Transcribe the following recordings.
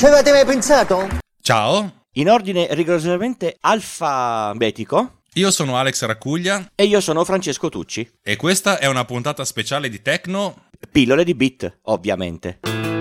Ci avete mai pensato? Ciao, In ordine rigorosamente alfabetico, io sono Alex Raccuglia e io sono Francesco Tucci. e questa è una puntata speciale di Tecno. Pillole di bit, ovviamente.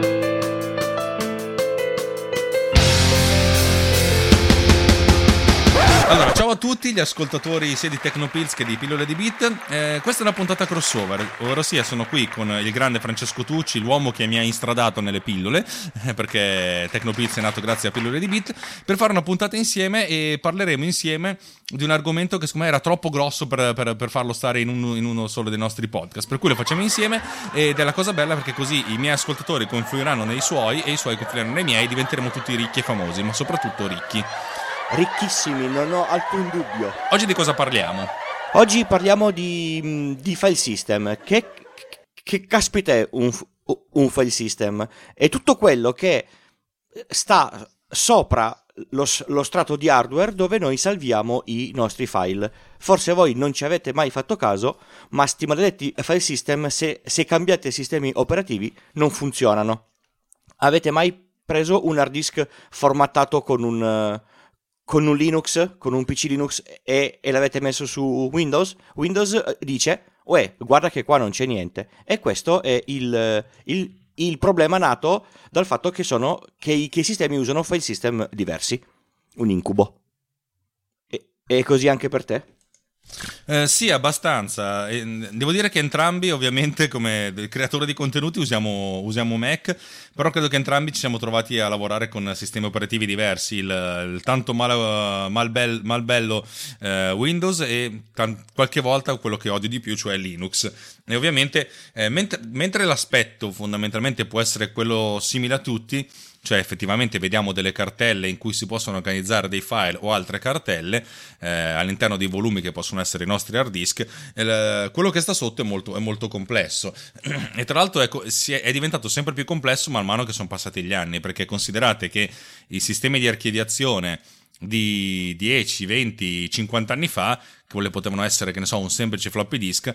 Allora, ciao a tutti gli ascoltatori sia di Tecnopills che di Pillole di Bit. Questa è una puntata crossover, ovvero sia sono qui con il grande Francesco Tucci, l'uomo che mi ha instradato nelle pillole, perché Tecnopills è nato grazie a Pillole di Bit, per fare una puntata insieme e parleremo insieme di un argomento che secondo me era troppo grosso per farlo stare in uno solo dei nostri podcast, per cui lo facciamo insieme ed è la cosa bella perché così i miei ascoltatori confluiranno nei suoi e i suoi confluiranno nei miei e diventeremo tutti ricchi e famosi, ma soprattutto ricchi. Ricchissimi, non ho alcun dubbio. Oggi di cosa parliamo? Oggi parliamo di file system. Che caspita è un file system? È tutto quello che sta sopra lo strato di hardware dove noi salviamo i nostri file. Forse voi non ci avete mai fatto caso, ma sti maledetti file system, se cambiate sistemi operativi, non funzionano. Avete mai preso un hard disk formattato con un Linux, con un PC Linux e l'avete messo su Windows? Windows dice, uè, guarda che qua non c'è niente. E questo è il problema nato dal fatto che i sistemi usano file system diversi. Un incubo. E così anche per te? Sì, abbastanza. Devo dire che entrambi, ovviamente, come creatore di contenuti usiamo Mac, però credo che entrambi ci siamo trovati a lavorare con sistemi operativi diversi, il tanto malbello Windows e qualche volta quello che odio di più, cioè Linux. E ovviamente, mentre l'aspetto fondamentalmente può essere quello simile a tutti, cioè effettivamente vediamo delle cartelle in cui si possono organizzare dei file o altre cartelle all'interno dei volumi che possono essere i nostri hard disk, quello che sta sotto è molto complesso e tra l'altro è diventato sempre più complesso man mano che sono passati gli anni, perché considerate che i sistemi di archiviazione di 10, 20, 50 anni fa, che potevano essere, che ne so, un semplice floppy disk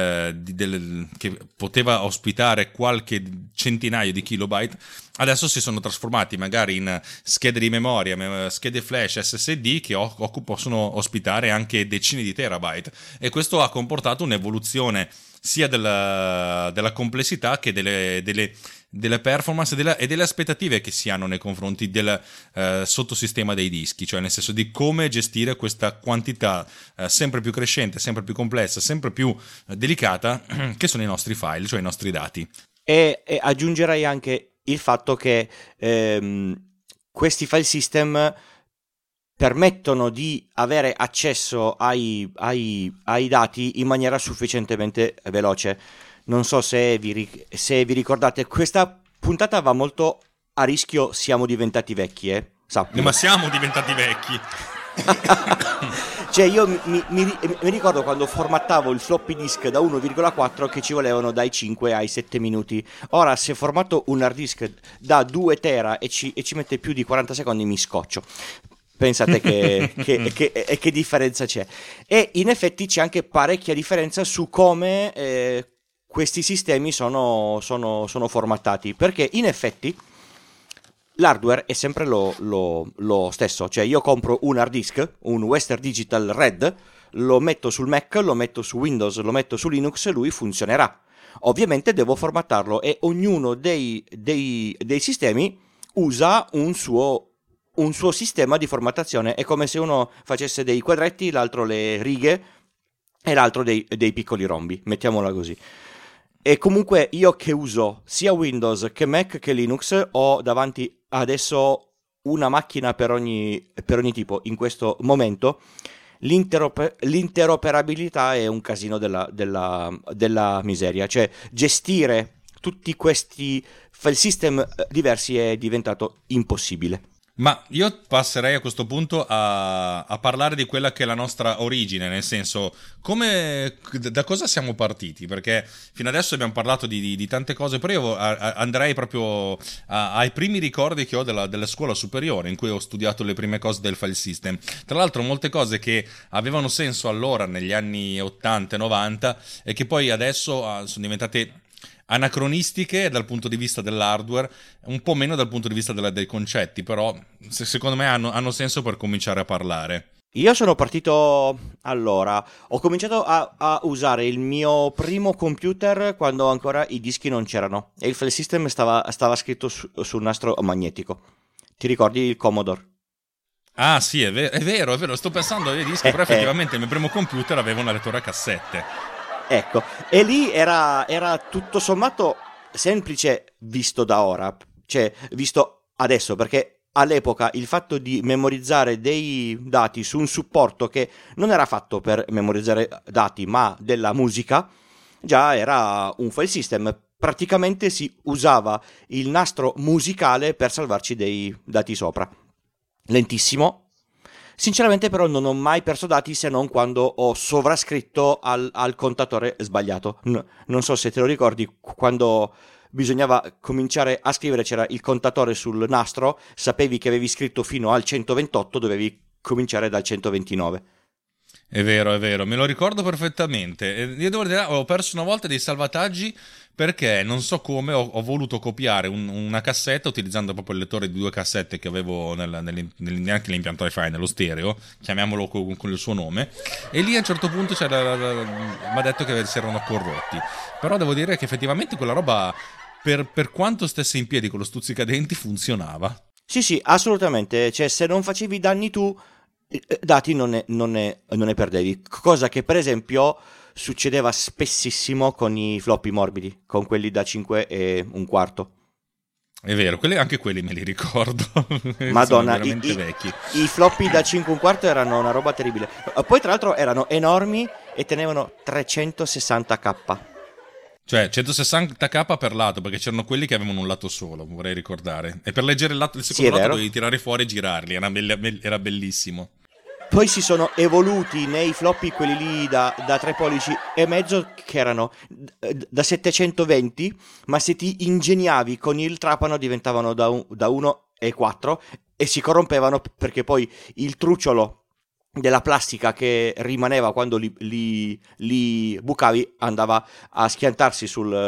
che poteva ospitare qualche centinaio di kilobyte, adesso si sono trasformati magari in schede di memoria, schede flash, SSD che possono ospitare anche decine di terabyte, e questo ha comportato un'evoluzione sia della complessità che delle performance e delle aspettative che si hanno nei confronti del sottosistema dei dischi, cioè nel senso di come gestire questa quantità sempre più crescente, sempre più complessa, sempre più delicata che sono i nostri file, cioè i nostri dati. E aggiungerei anche il fatto che questi file system permettono di avere accesso ai dati in maniera sufficientemente veloce. Non so se vi ricordate, questa puntata va molto a rischio siamo diventati vecchi, sappilo. Ma siamo diventati vecchi. Cioè io mi ricordo quando formattavo il floppy disk da 1,4 che ci volevano dai 5 ai 7 minuti. Ora se formatto un hard disk da 2 tera e ci mette più di 40 secondi mi scoccio. Pensate che differenza c'è. E in effetti c'è anche parecchia differenza su come questi sistemi sono formattati, perché in effetti l'hardware è sempre lo stesso. Cioè io compro un hard disk, un Western Digital Red, lo metto sul Mac, lo metto su Windows, lo metto su Linux, lui funzionerà. Ovviamente devo formattarlo e ognuno dei sistemi usa un suo sistema di formattazione. È come se uno facesse dei quadretti, l'altro le righe e l'altro dei piccoli rombi, mettiamola così. E comunque io che uso sia Windows che Mac che Linux ho davanti adesso una macchina per ogni tipo. In questo momento l'interoperabilità è un casino della miseria, cioè gestire tutti questi file system diversi è diventato impossibile. Ma io passerei a questo punto a parlare di quella che è la nostra origine, nel senso, da cosa siamo partiti? Perché fino adesso abbiamo parlato di tante cose, però io andrei proprio ai primi ricordi che ho della scuola superiore, in cui ho studiato le prime cose del file system. Tra l'altro molte cose che avevano senso allora, negli anni 80 e 90, e che poi adesso sono diventate anacronistiche dal punto di vista dell'hardware, un po' meno dal punto di vista dei concetti, però secondo me hanno senso per cominciare a parlare. Io sono partito, allora, ho cominciato a usare il mio primo computer quando ancora i dischi non c'erano e il file system stava scritto sul nastro magnetico. Ti ricordi il Commodore? Ah sì, è vero, sto pensando ai dischi, però effettivamente il mio primo computer aveva una lettore a cassette. Ecco, e lì era tutto sommato semplice visto da ora, cioè visto adesso, perché all'epoca il fatto di memorizzare dei dati su un supporto che non era fatto per memorizzare dati ma della musica, già era un file system. Praticamente si usava il nastro musicale per salvarci dei dati sopra. Lentissimo. Sinceramente però non ho mai perso dati se non quando ho sovrascritto al contatore sbagliato. Non so se te lo ricordi, quando bisognava cominciare a scrivere c'era il contatore sul nastro, sapevi che avevi scritto fino al 128, dovevi cominciare dal 129. È vero, me lo ricordo perfettamente. Io devo dire, ho perso una volta dei salvataggi perché non so come ho voluto copiare una cassetta utilizzando proprio il lettore di 2 cassette che avevo neanche l'impianto Wi-Fi, nello stereo, chiamiamolo con il suo nome, e lì a un certo punto mi ha detto che si erano corrotti. Però devo dire che effettivamente quella roba, per quanto stesse in piedi con lo stuzzicadenti, funzionava. Sì, assolutamente. Cioè, se non facevi danni tu, dati non ne perdevi. Cosa che per esempio succedeva spessissimo con i floppy morbidi, con quelli da 5 e un quarto. È vero, anche quelli me li ricordo. Madonna, sono veramente vecchi. I floppy da 5 e un quarto erano una roba terribile. Poi tra l'altro erano enormi e tenevano 360k. Cioè 160k per lato, perché c'erano quelli che avevano un lato solo, vorrei ricordare. E per leggere il secondo lato dovevi tirare fuori e girarli, era bellissimo. Poi si sono evoluti nei floppy quelli lì da 3 pollici e mezzo, che erano da 720, ma se ti ingegnavi con il trapano diventavano da 1,4 e si corrompevano, perché poi il trucciolo della plastica che rimaneva quando li bucavi andava a schiantarsi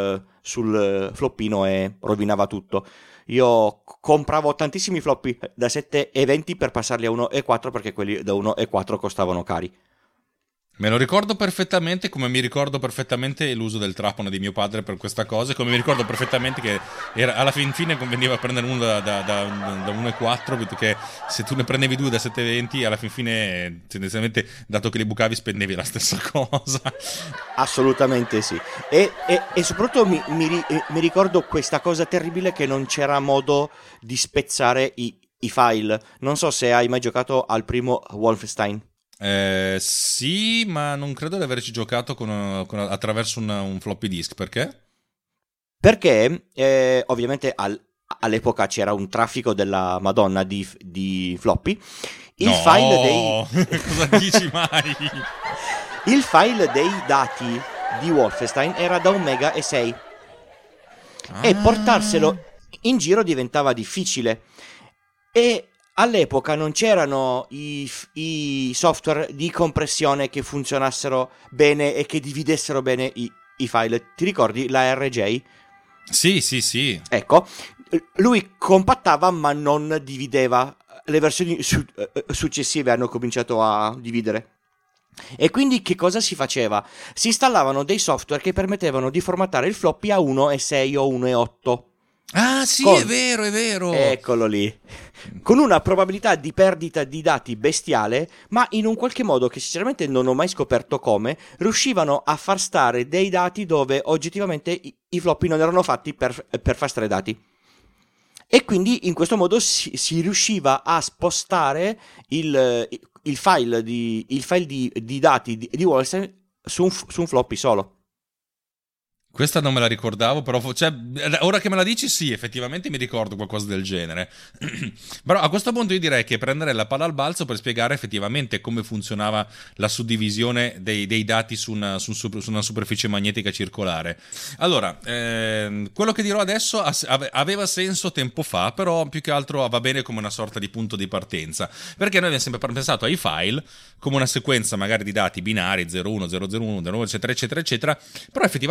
sul floppino e rovinava tutto. Io compravo tantissimi floppy da 7,20 per passarli a 1,4 perché quelli da 1,4 costavano cari. Me lo ricordo perfettamente, come mi ricordo perfettamente l'uso del trapano di mio padre per questa cosa, come mi ricordo perfettamente che alla fine conveniva prendere uno da 1,4, perché se tu ne prendevi 2 da 7,20 alla fine tendenzialmente, dato che li bucavi, spendevi la stessa cosa. Assolutamente sì. E soprattutto mi ricordo questa cosa terribile che non c'era modo di spezzare i file. Non so se hai mai giocato al primo Wolfenstein. Sì, ma non credo di averci giocato attraverso un floppy disk. Perché? Perché ovviamente all'epoca c'era un traffico della Madonna di floppy. File cosa dici mai? Il file dei dati di Wolfenstein era da 1,6 mega e portarselo in giro diventava difficile. E all'epoca non c'erano i software di compressione che funzionassero bene e che dividessero bene i file. Ti ricordi la RJ? Sì. Ecco, lui compattava ma non divideva. Le versioni successive hanno cominciato a dividere. E quindi che cosa si faceva? Si installavano dei software che permettevano di formattare il floppy a 1,6 o 1,8. Ah sì, è vero. Eccolo lì. Con una probabilità di perdita di dati bestiale, ma in un qualche modo che sinceramente non ho mai scoperto come, riuscivano a far stare dei dati dove oggettivamente i floppy non erano fatti per far stare dati. E quindi in questo modo si riusciva a spostare il file di dati di Wolfenstein su un floppy solo. Questa non me la ricordavo, però ora che me la dici sì, effettivamente mi ricordo qualcosa del genere. Però a questo punto io direi che prenderei la palla al balzo per spiegare effettivamente come funzionava la suddivisione dei dati su una superficie magnetica circolare. Allora, quello che dirò adesso aveva senso tempo fa, però più che altro va bene come una sorta di punto di partenza, perché noi abbiamo sempre pensato ai file come una sequenza magari di dati binari 01, 001, 01, eccetera, però effettivamente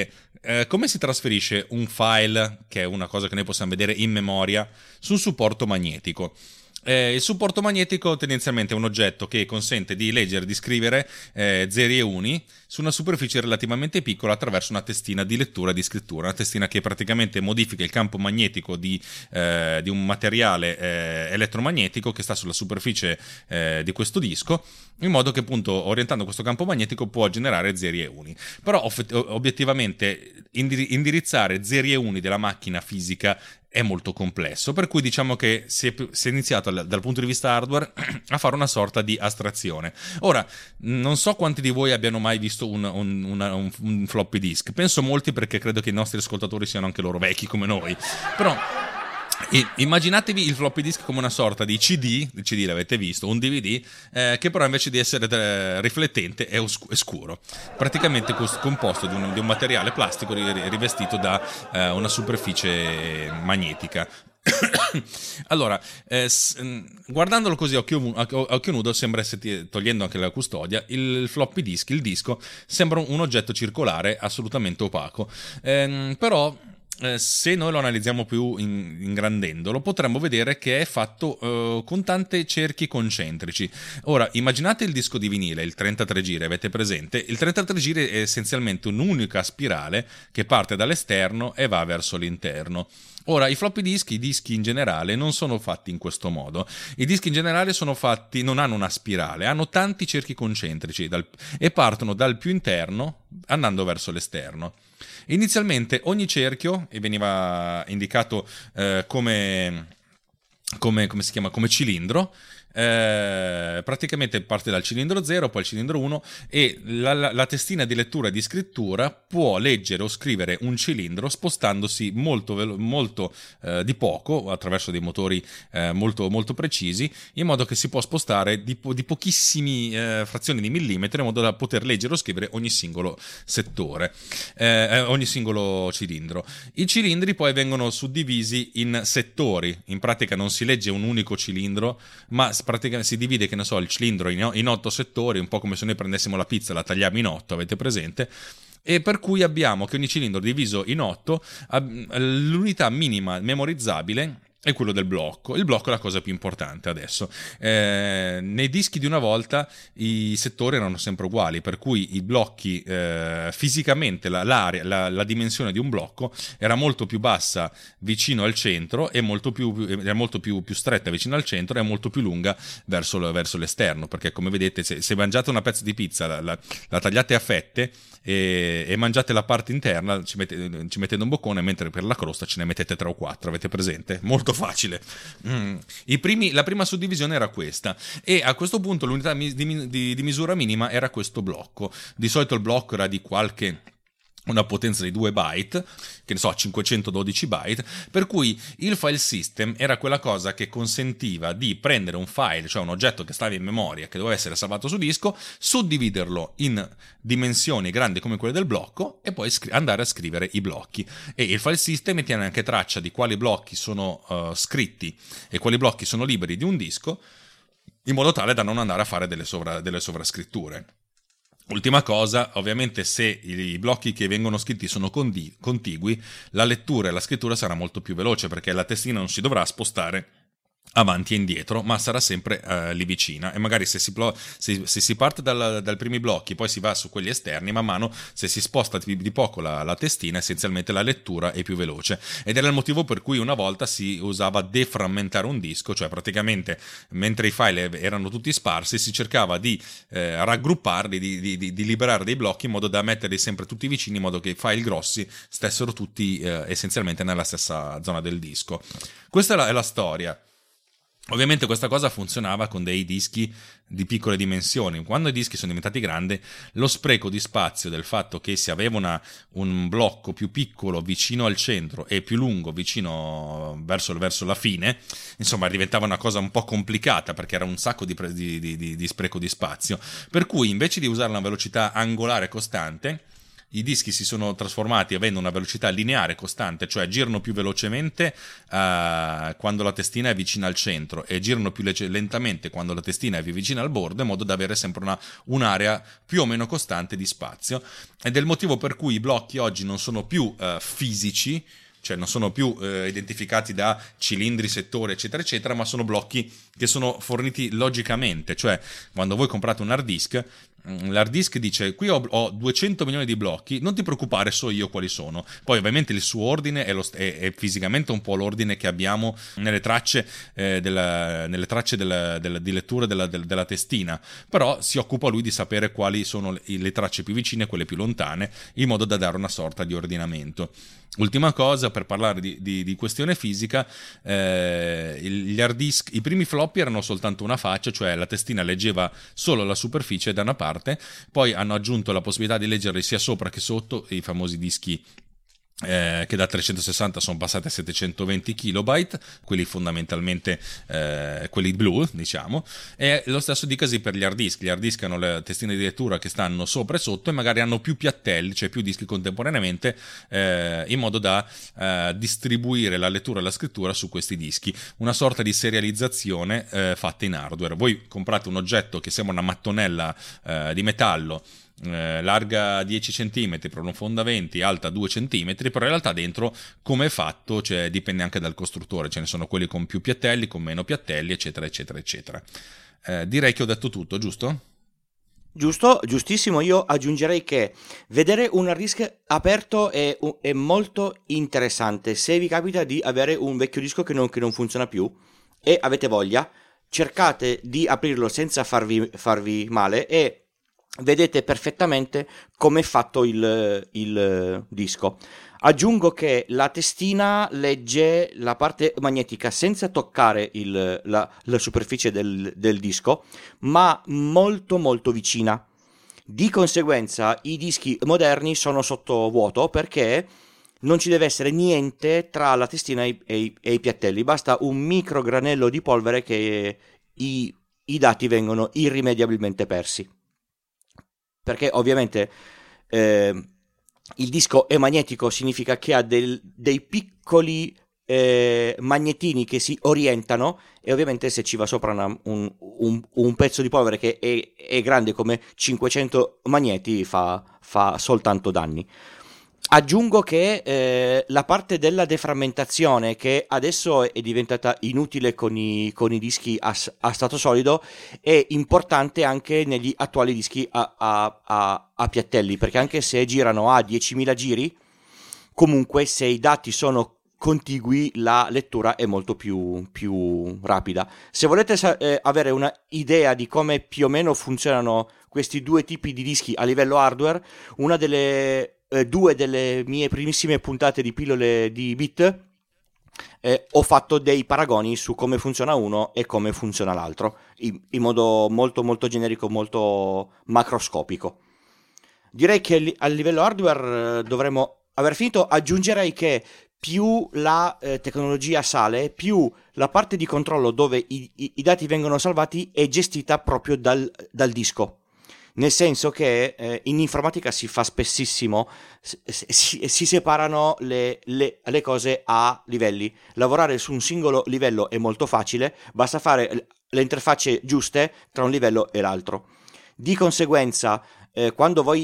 come si trasferisce un file, che è una cosa che noi possiamo vedere in memoria, su un supporto magnetico? Il supporto magnetico tendenzialmente è un oggetto che consente di leggere e di scrivere zeri e uni su una superficie relativamente piccola attraverso una testina di lettura e di scrittura, una testina che praticamente modifica il campo magnetico di un materiale elettromagnetico che sta sulla superficie di questo disco, in modo che appunto orientando questo campo magnetico può generare zeri e uni. Però obiettivamente indirizzare zeri e uni della macchina fisica è molto complesso, per cui diciamo che si è iniziato dal punto di vista hardware a fare una sorta di astrazione. Ora, non so quanti di voi abbiano mai visto un floppy disk, penso molti, perché credo che i nostri ascoltatori siano anche loro vecchi come noi, però immaginatevi il floppy disk come una sorta di CD, il CD l'avete visto, un DVD, che però invece di essere riflettente è scuro, praticamente composto di un materiale plastico rivestito da una superficie magnetica. Allora, guardandolo così a occhio nudo sembra essere, togliendo anche la custodia, il floppy disk, il disco, sembra un oggetto circolare assolutamente opaco, però se noi lo analizziamo più ingrandendolo, potremmo vedere che è fatto con tanti cerchi concentrici. Ora, immaginate il disco di vinile, il 33 giri, avete presente? Il 33 giri è essenzialmente un'unica spirale che parte dall'esterno e va verso l'interno. Ora, i floppy disk, i dischi in generale, non sono fatti in questo modo. I dischi in generale non hanno una spirale, hanno tanti cerchi concentrici e partono dal più interno andando verso l'esterno. Inizialmente ogni cerchio veniva indicato come si chiama? Come cilindro. Praticamente parte dal cilindro 0, poi il cilindro 1, e la testina di lettura e di scrittura può leggere o scrivere un cilindro spostandosi molto di poco attraverso dei motori molto, molto precisi, in modo che si può spostare di pochissimi frazioni di millimetro, in modo da poter leggere o scrivere ogni singolo settore, ogni singolo cilindro. I cilindri poi vengono suddivisi in settori. In pratica non si legge un unico cilindro, ma praticamente si divide, che ne so, il cilindro in 8 settori, un po' come se noi prendessimo la pizza e la tagliamo in 8, avete presente? E per cui abbiamo che ogni cilindro diviso in 8, l'unità minima memorizzabile è quello del blocco. Il blocco è la cosa più importante adesso. Nei dischi di una volta i settori erano sempre uguali, per cui i blocchi, fisicamente la dimensione di un blocco era molto più bassa vicino al centro e era molto più stretta vicino al centro e molto più lunga verso l'esterno, perché come vedete, se mangiate una pezza di pizza, la tagliate a fette e mangiate la parte interna, ci mettete un boccone, mentre per la crosta ce ne mettete 3 o 4, avete presente? Molto facile. La prima suddivisione era questa, e a questo punto l'unità di misura minima era questo blocco. Di solito il blocco era di una potenza di 2 byte, che ne so, 512 byte, per cui il file system era quella cosa che consentiva di prendere un file, cioè un oggetto che stava in memoria, che doveva essere salvato su disco, suddividerlo in dimensioni grandi come quelle del blocco e poi andare a scrivere i blocchi. E il file system tiene anche traccia di quali blocchi sono scritti e quali blocchi sono liberi di un disco, in modo tale da non andare a fare delle sovrascritture. Ultima cosa, ovviamente, se i blocchi che vengono scritti sono contigui, la lettura e la scrittura sarà molto più veloce, perché la testina non si dovrà spostare avanti e indietro, ma sarà sempre lì vicina, e magari se si parte dai primi blocchi, poi si va su quelli esterni, man mano se si sposta di poco la testina, essenzialmente la lettura è più veloce. Ed era il motivo per cui una volta si usava deframmentare un disco, cioè praticamente mentre i file erano tutti sparsi si cercava di raggrupparli, di liberare dei blocchi, in modo da metterli sempre tutti vicini, in modo che i file grossi stessero tutti essenzialmente nella stessa zona del disco. Questa è la storia. Ovviamente questa cosa funzionava con dei dischi di piccole dimensioni. Quando i dischi sono diventati grandi, lo spreco di spazio del fatto che si aveva un blocco più piccolo vicino al centro e più lungo vicino verso la fine, insomma diventava una cosa un po' complicata, perché era un sacco di spreco di spazio, per cui invece di usare una velocità angolare costante, i dischi si sono trasformati avendo una velocità lineare costante, cioè girano più velocemente quando la testina è vicina al centro e girano più lentamente quando la testina è più vicina al bordo, in modo da avere sempre un'area più o meno costante di spazio. Ed è il motivo per cui i blocchi oggi non sono più fisici, cioè non sono più identificati da cilindri, settori, eccetera, eccetera, ma sono blocchi che sono forniti logicamente. Cioè, quando voi comprate un hard disk, l'hard disk dice: qui ho 200 milioni di blocchi, non ti preoccupare, so io quali sono. Poi ovviamente il suo ordine è fisicamente un po' l'ordine che abbiamo nelle tracce di lettura della testina, però si occupa lui di sapere quali sono le tracce più vicine e quelle più lontane, in modo da dare una sorta di ordinamento. Ultima cosa, per parlare di questione fisica, gli hard disk, i primi floppy erano soltanto una faccia, cioè la testina leggeva solo la superficie da una parte, poi hanno aggiunto la possibilità di leggerli sia sopra che sotto, i famosi dischi che da 360 sono passati a 720 kilobyte, quelli fondamentalmente quelli blu, diciamo. E lo stesso dicasi per gli hard disk. Gli hard disk hanno le testine di lettura che stanno sopra e sotto, e magari hanno più piattelli, cioè più dischi contemporaneamente, in modo da distribuire la lettura e la scrittura su questi dischi, una sorta di serializzazione fatta in hardware. Voi comprate un oggetto che sembra una mattonella di metallo, larga 10 cm, profonda 20, alta 2 cm, però in realtà dentro come è fatto, cioè, dipende anche dal costruttore. Ce ne sono quelli con più piattelli, con meno piattelli, eccetera eccetera eccetera. Direi che ho detto tutto, giusto? Giusto, giustissimo. Io aggiungerei che vedere un hard disk aperto è molto interessante. Se vi capita di avere un vecchio disco che non funziona più e avete voglia, cercate di aprirlo senza farvi male e vedete perfettamente come è fatto il disco. Aggiungo che la testina legge la parte magnetica senza toccare la superficie del disco, ma molto molto vicina. Di conseguenza i dischi moderni sono sotto vuoto, perché non ci deve essere niente tra la testina e i piattelli, basta un micro granello di polvere che i dati vengono irrimediabilmente persi. Perché ovviamente il disco è magnetico, significa che ha dei piccoli magnetini che si orientano, e ovviamente se ci va sopra un pezzo di polvere che è grande come 500 magneti fa soltanto danni. Aggiungo che la parte della deframmentazione, che adesso è diventata inutile con i dischi a stato solido, è importante anche negli attuali dischi a piattelli, perché anche se girano a 10.000 giri, comunque se i dati sono contigui la lettura è molto più rapida. Se volete avere una idea di come più o meno funzionano questi due tipi di dischi a livello hardware, una delle due delle mie primissime puntate di pillole di bit, ho fatto dei paragoni su come funziona uno e come funziona l'altro, in modo molto molto generico, molto macroscopico. Direi che a livello hardware dovremmo aver finito. Aggiungerei che più la tecnologia sale, più la parte di controllo dove i dati vengono salvati è gestita proprio dal disco. Nel senso che in informatica si fa spessissimo, si separano le cose a livelli. Lavorare su un singolo livello è molto facile, basta fare le interfacce giuste tra un livello e l'altro. Di conseguenza, quando voi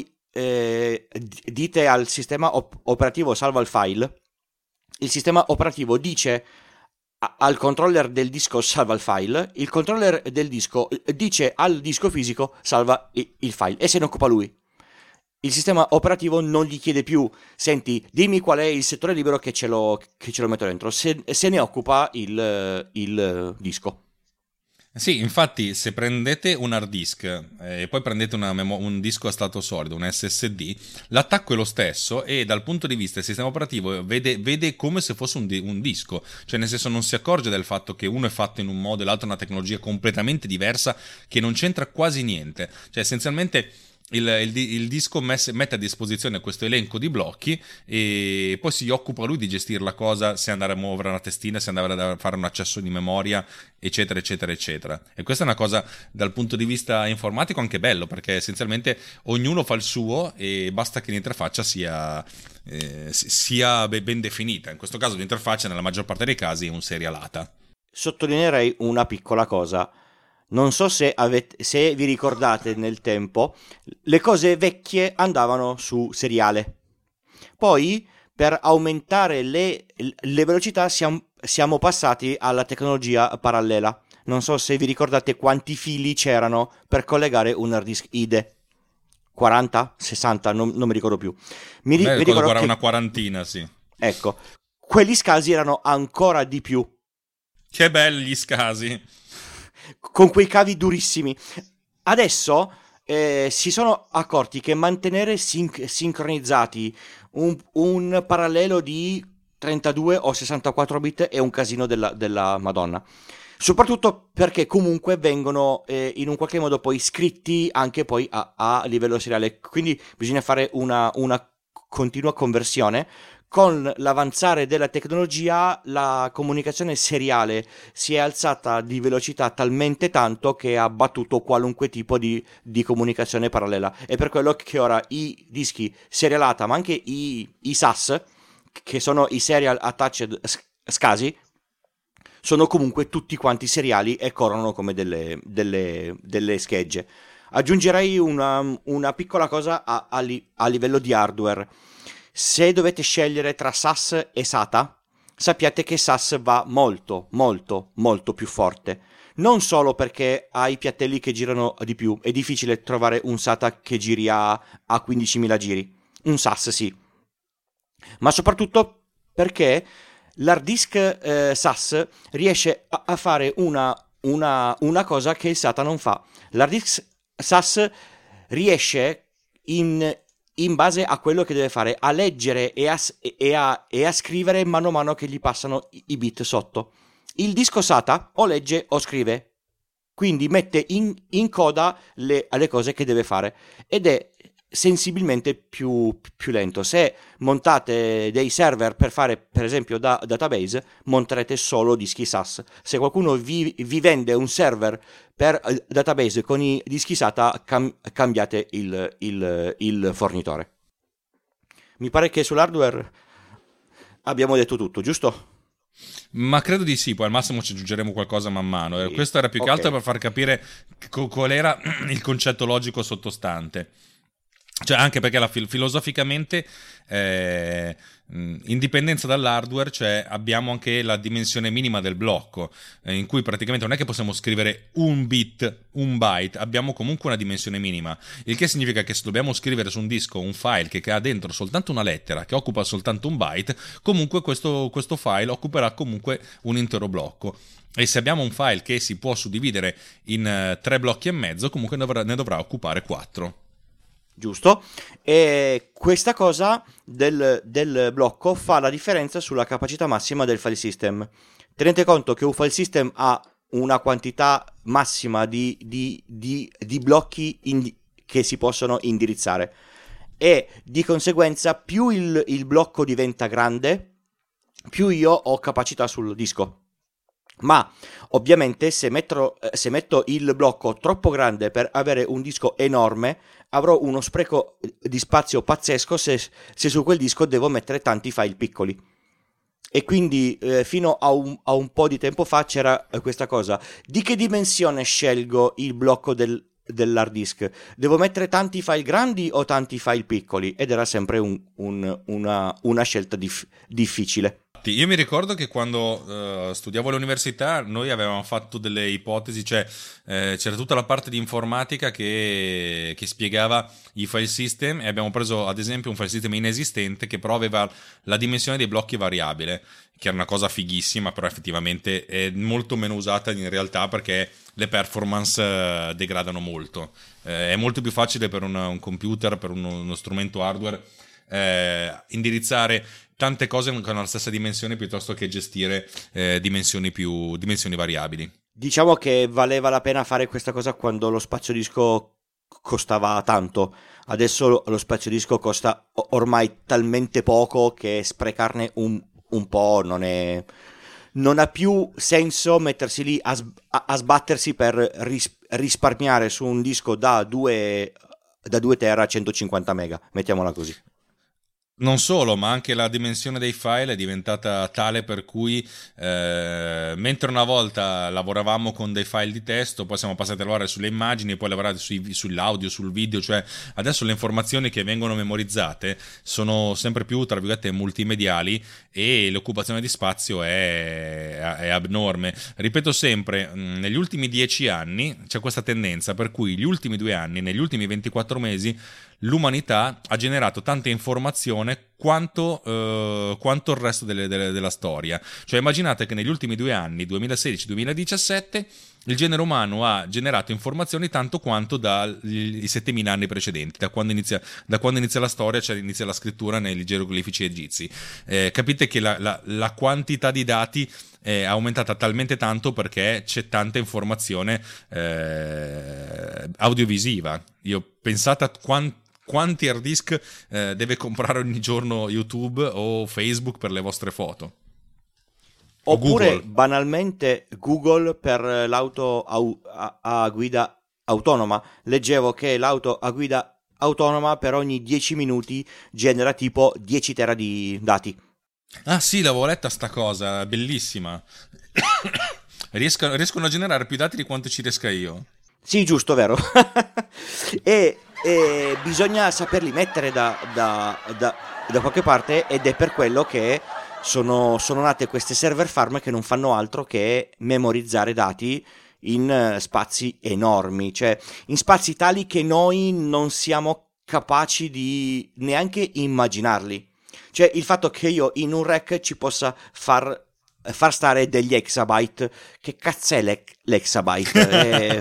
dite al sistema operativo salva il file, il sistema operativo dice al controller del disco salva il file, il controller del disco dice al disco fisico salva il file, e se ne occupa lui. Il sistema operativo non gli chiede più: senti, dimmi qual è il settore libero che ce lo metto dentro. Se ne occupa il disco. Sì, infatti, se prendete un hard disk e poi prendete un disco a stato solido, un SSD, l'attacco è lo stesso, e dal punto di vista del sistema operativo vede come se fosse un disco, cioè nel senso non si accorge del fatto che uno è fatto in un modo e l'altro è una tecnologia completamente diversa che non c'entra quasi niente. Cioè essenzialmente il disco mette a disposizione questo elenco di blocchi e poi si occupa lui di gestire la cosa, se andare a muovere una testina, se andare a fare un accesso di memoria, eccetera eccetera eccetera. E questa è una cosa dal punto di vista informatico anche bello, perché essenzialmente ognuno fa il suo e basta che l'interfaccia sia ben definita. In questo caso l'interfaccia nella maggior parte dei casi è un serialata. Sottolineerei una piccola cosa. Non so se vi ricordate nel tempo, le cose vecchie andavano su seriale. Poi, per aumentare le velocità, siamo passati alla tecnologia parallela. Non so se vi ricordate quanti fili c'erano per collegare un hard disk IDE. 40? 60? Non mi ricordo più. Mi ricordo che una quarantina, sì. Ecco, quelli scasi erano ancora di più. Che belli gli scasi! Con quei cavi durissimi. Adesso si sono accorti che mantenere sincronizzati un parallelo di 32 o 64 bit è un casino della Madonna. Soprattutto perché comunque vengono in un qualche modo poi scritti anche poi a livello seriale. Quindi bisogna fare una continua conversione. Con l'avanzare della tecnologia, la comunicazione seriale si è alzata di velocità talmente tanto che ha battuto qualunque tipo di comunicazione parallela. È per quello che ora i dischi serialata, ma anche i SAS, che sono i Serial Attached SCSI, sono comunque tutti quanti seriali e corrono come delle schegge. Aggiungerei una piccola cosa a livello di hardware. Se dovete scegliere tra SAS e SATA, sappiate che SAS va molto, molto, molto più forte. Non solo perché ha i piattelli che girano di più, è difficile trovare un SATA che giri a 15.000 giri. Un SAS sì. Ma soprattutto perché l'hard disk SAS riesce a fare una cosa che il SATA non fa. L'hard disk SAS riesce in base a quello che deve fare, a leggere e a scrivere mano a mano che gli passano i bit sotto. Il disco SATA o legge o scrive, quindi mette in coda le cose che deve fare ed è sensibilmente più lento. Se montate dei server per fare per esempio database, monterete solo dischi SAS. Se qualcuno vi vende un server per database con i dischi SATA, cambiate il fornitore. Mi pare che sull'hardware abbiamo detto tutto, giusto? Ma credo di sì, poi al massimo ci aggiungeremo qualcosa man mano. Questo era più che altro per far capire qual era il concetto logico sottostante. Cioè, anche perché filosoficamente, indipendenza dall'hardware, cioè abbiamo anche la dimensione minima del blocco, in cui praticamente non è che possiamo scrivere un bit, un byte, abbiamo comunque una dimensione minima, il che significa che se dobbiamo scrivere su un disco un file che ha dentro soltanto una lettera, che occupa soltanto un byte, comunque questo file occuperà comunque un intero blocco. E se abbiamo un file che si può suddividere in 3 blocchi e mezzo, comunque ne dovrà occupare 4. Giusto? E questa cosa del blocco fa la differenza sulla capacità massima del file system. Tenete conto che un file system ha una quantità massima di blocchi che si possono indirizzare e di conseguenza più il blocco diventa grande, più io ho capacità sul disco. Ma ovviamente se metto il blocco troppo grande per avere un disco enorme, avrò uno spreco di spazio pazzesco se su quel disco devo mettere tanti file piccoli. E quindi fino a un po' di tempo fa c'era questa cosa: di che dimensione scelgo il blocco dell'hard disk? Devo mettere tanti file grandi o tanti file piccoli? Ed era sempre una scelta difficile. Io mi ricordo che quando studiavo all'università noi avevamo fatto delle ipotesi, cioè c'era tutta la parte di informatica che spiegava i file system, e abbiamo preso ad esempio un file system inesistente che però aveva la dimensione dei blocchi variabile, che era una cosa fighissima, però effettivamente è molto meno usata in realtà perché le performance degradano molto. È molto più facile per un computer, per uno strumento hardware, indirizzare tante cose con la stessa dimensione piuttosto che gestire dimensioni variabili. Diciamo che valeva la pena fare questa cosa quando lo spazio disco costava tanto. Adesso lo spazio disco costa ormai talmente poco che sprecarne un po' non ha più senso mettersi lì a sbattersi per risparmiare su un disco da 2 tera a 150 mega, mettiamola così. Non solo, ma anche la dimensione dei file è diventata tale per cui mentre una volta lavoravamo con dei file di testo, poi siamo passati a lavorare sulle immagini e poi lavorare sull'audio, sul video, cioè adesso le informazioni che vengono memorizzate sono sempre più, tra virgolette, multimediali e l'occupazione di spazio è abnorme. Ripeto sempre, negli ultimi 10 anni c'è questa tendenza per cui gli ultimi 2 anni, negli ultimi 24 mesi, l'umanità ha generato tanta informazione quanto il resto della storia. Cioè immaginate che negli ultimi 2 anni, 2016-2017, il genere umano ha generato informazioni tanto quanto dai 7000 anni precedenti, da quando inizia la storia, cioè inizia la scrittura nei geroglifici egizi. Capite che la quantità di dati è aumentata talmente tanto perché c'è tanta informazione audiovisiva. Pensate a quanti hard disk deve comprare ogni giorno YouTube o Facebook per le vostre foto. Oppure Google. Banalmente Google per l'auto a guida autonoma. Leggevo che l'auto a guida autonoma per ogni 10 minuti genera tipo 10 tera di dati. Ah sì, l'avevo letta sta cosa, bellissima. Riescono a generare più dati di quanto ci riesca io. Sì, giusto, vero. e bisogna saperli mettere da qualche parte, ed è per quello che sono nate queste server farm che non fanno altro che memorizzare dati in spazi enormi, cioè in spazi tali che noi non siamo capaci di neanche immaginarli. Cioè il fatto che io in un rack ci possa far stare degli exabyte, che cazzo è l'exabyte?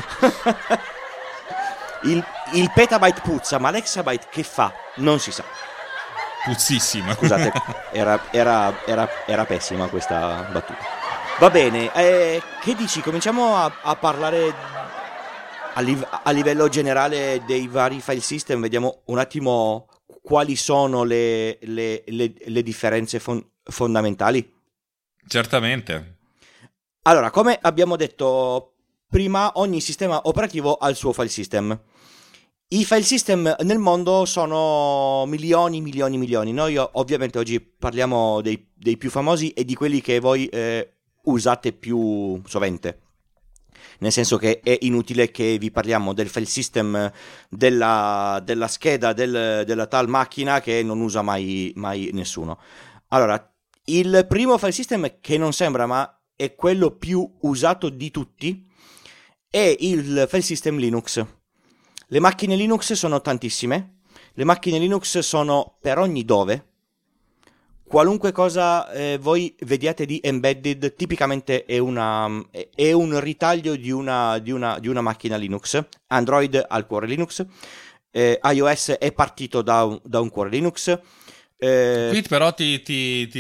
Il petabyte puzza, ma l'exabyte che fa? Non si sa. Puzzissima. Scusate, era pessima questa battuta. Va bene, che dici? Cominciamo a parlare a livello generale dei vari file system, vediamo un attimo quali sono le differenze fondamentali. Certamente. Allora, come abbiamo detto prima, ogni sistema operativo ha il suo file system. I file system nel mondo sono milioni. Noi ovviamente oggi parliamo dei più famosi e di quelli che voi usate più sovente. Nel senso che è inutile che vi parliamo del file system della scheda della tal macchina che non usa mai nessuno. Allora, il primo file system, che non sembra ma è quello più usato di tutti, è il file system Linux. Le macchine Linux sono tantissime, le macchine Linux sono per ogni dove. Qualunque cosa voi vediate di embedded tipicamente è un ritaglio di una macchina Linux. Android ha il cuore Linux, iOS è partito da un cuore Linux. Qui però iOS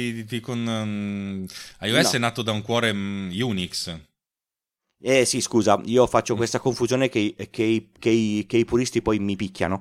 no. è nato da un cuore Unix. Sì, scusa, io faccio questa confusione che i puristi poi mi picchiano.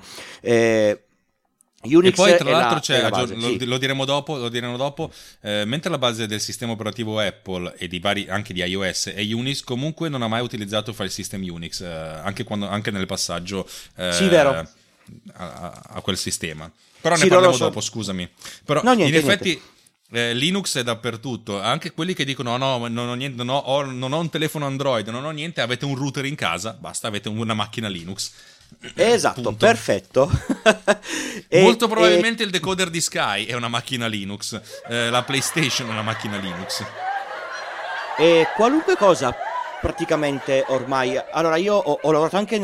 Unix e poi tra l'altro c'è base, sì. lo diremo dopo, mentre la base del sistema operativo Apple e anche di iOS è Unix, comunque non ha mai utilizzato file system Unix, anche nel passaggio sì, vero. a quel sistema. Però sì, ne parliamo dopo, scusami. Però no, niente, in effetti Linux è dappertutto, anche quelli che dicono no, non ho niente, non ho un telefono Android, non ho niente, avete un router in casa, basta, avete una macchina Linux. Esatto, punto. Perfetto. Molto probabilmente il decoder di Sky è una macchina Linux, la PlayStation è una macchina Linux. E qualunque cosa praticamente ormai. Allora io ho lavorato anche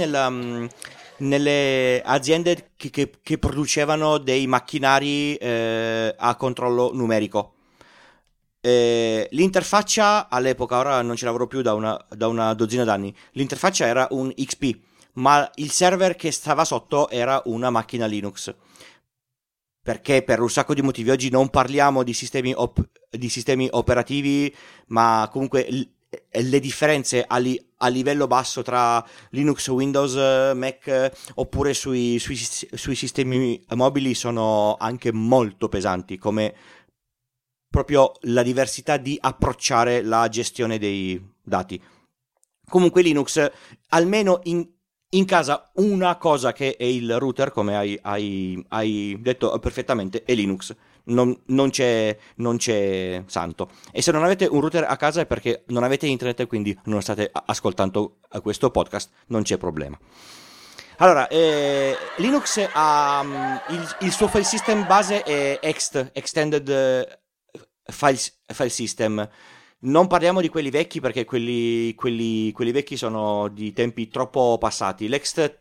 nelle aziende che producevano dei macchinari a controllo numerico. L'interfaccia all'epoca, ora non ci lavoro più da una dozzina d'anni, l'interfaccia era un XP, ma il server che stava sotto era una macchina Linux, perché per un sacco di motivi oggi non parliamo di sistemi operativi, ma comunque le differenze a livello basso tra Linux, Windows, Mac oppure sui sistemi mobili sono anche molto pesanti, come proprio la diversità di approcciare la gestione dei dati. Comunque Linux, almeno in casa, una cosa che è il router, come hai detto perfettamente, è Linux. Non c'è santo. E se non avete un router a casa è perché non avete internet e quindi non state ascoltando questo podcast, non c'è problema. Allora, Linux ha il suo file system base è Extended File System. Non parliamo di quelli vecchi perché quelli vecchi sono di tempi troppo passati. L'Ext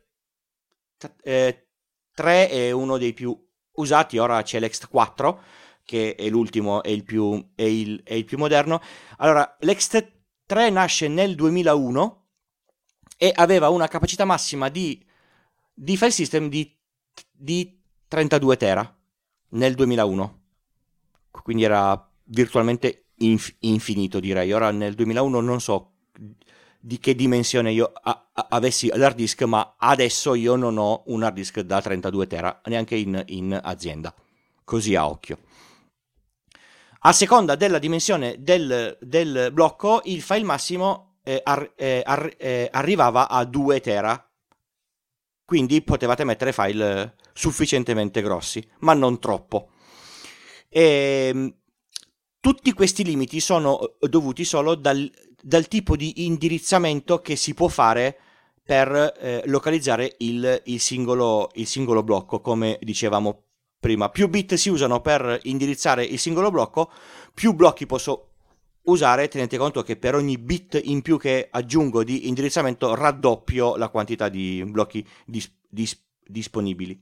3 è uno dei più usati, ora c'è l'Ext 4 che è l'ultimo e il più moderno. Allora, l'Ext 3 nasce nel 2001 e aveva una capacità massima di file system di 32 tera nel 2001, quindi era virtualmente infinito, direi. Ora nel 2001 non so di che dimensione io avessi l'hard disk, ma adesso io non ho un hard disk da 32 tera neanche in azienda, così a occhio. A seconda della dimensione del blocco il file massimo arrivava a 2 tera, quindi potevate mettere file sufficientemente grossi, ma non troppo. Tutti questi limiti sono dovuti solo dal tipo di indirizzamento che si può fare per localizzare il singolo blocco, come dicevamo prima. Più bit si usano per indirizzare il singolo blocco, più blocchi posso usare. Tenete conto che per ogni bit in più che aggiungo di indirizzamento raddoppio la quantità di blocchi disponibili.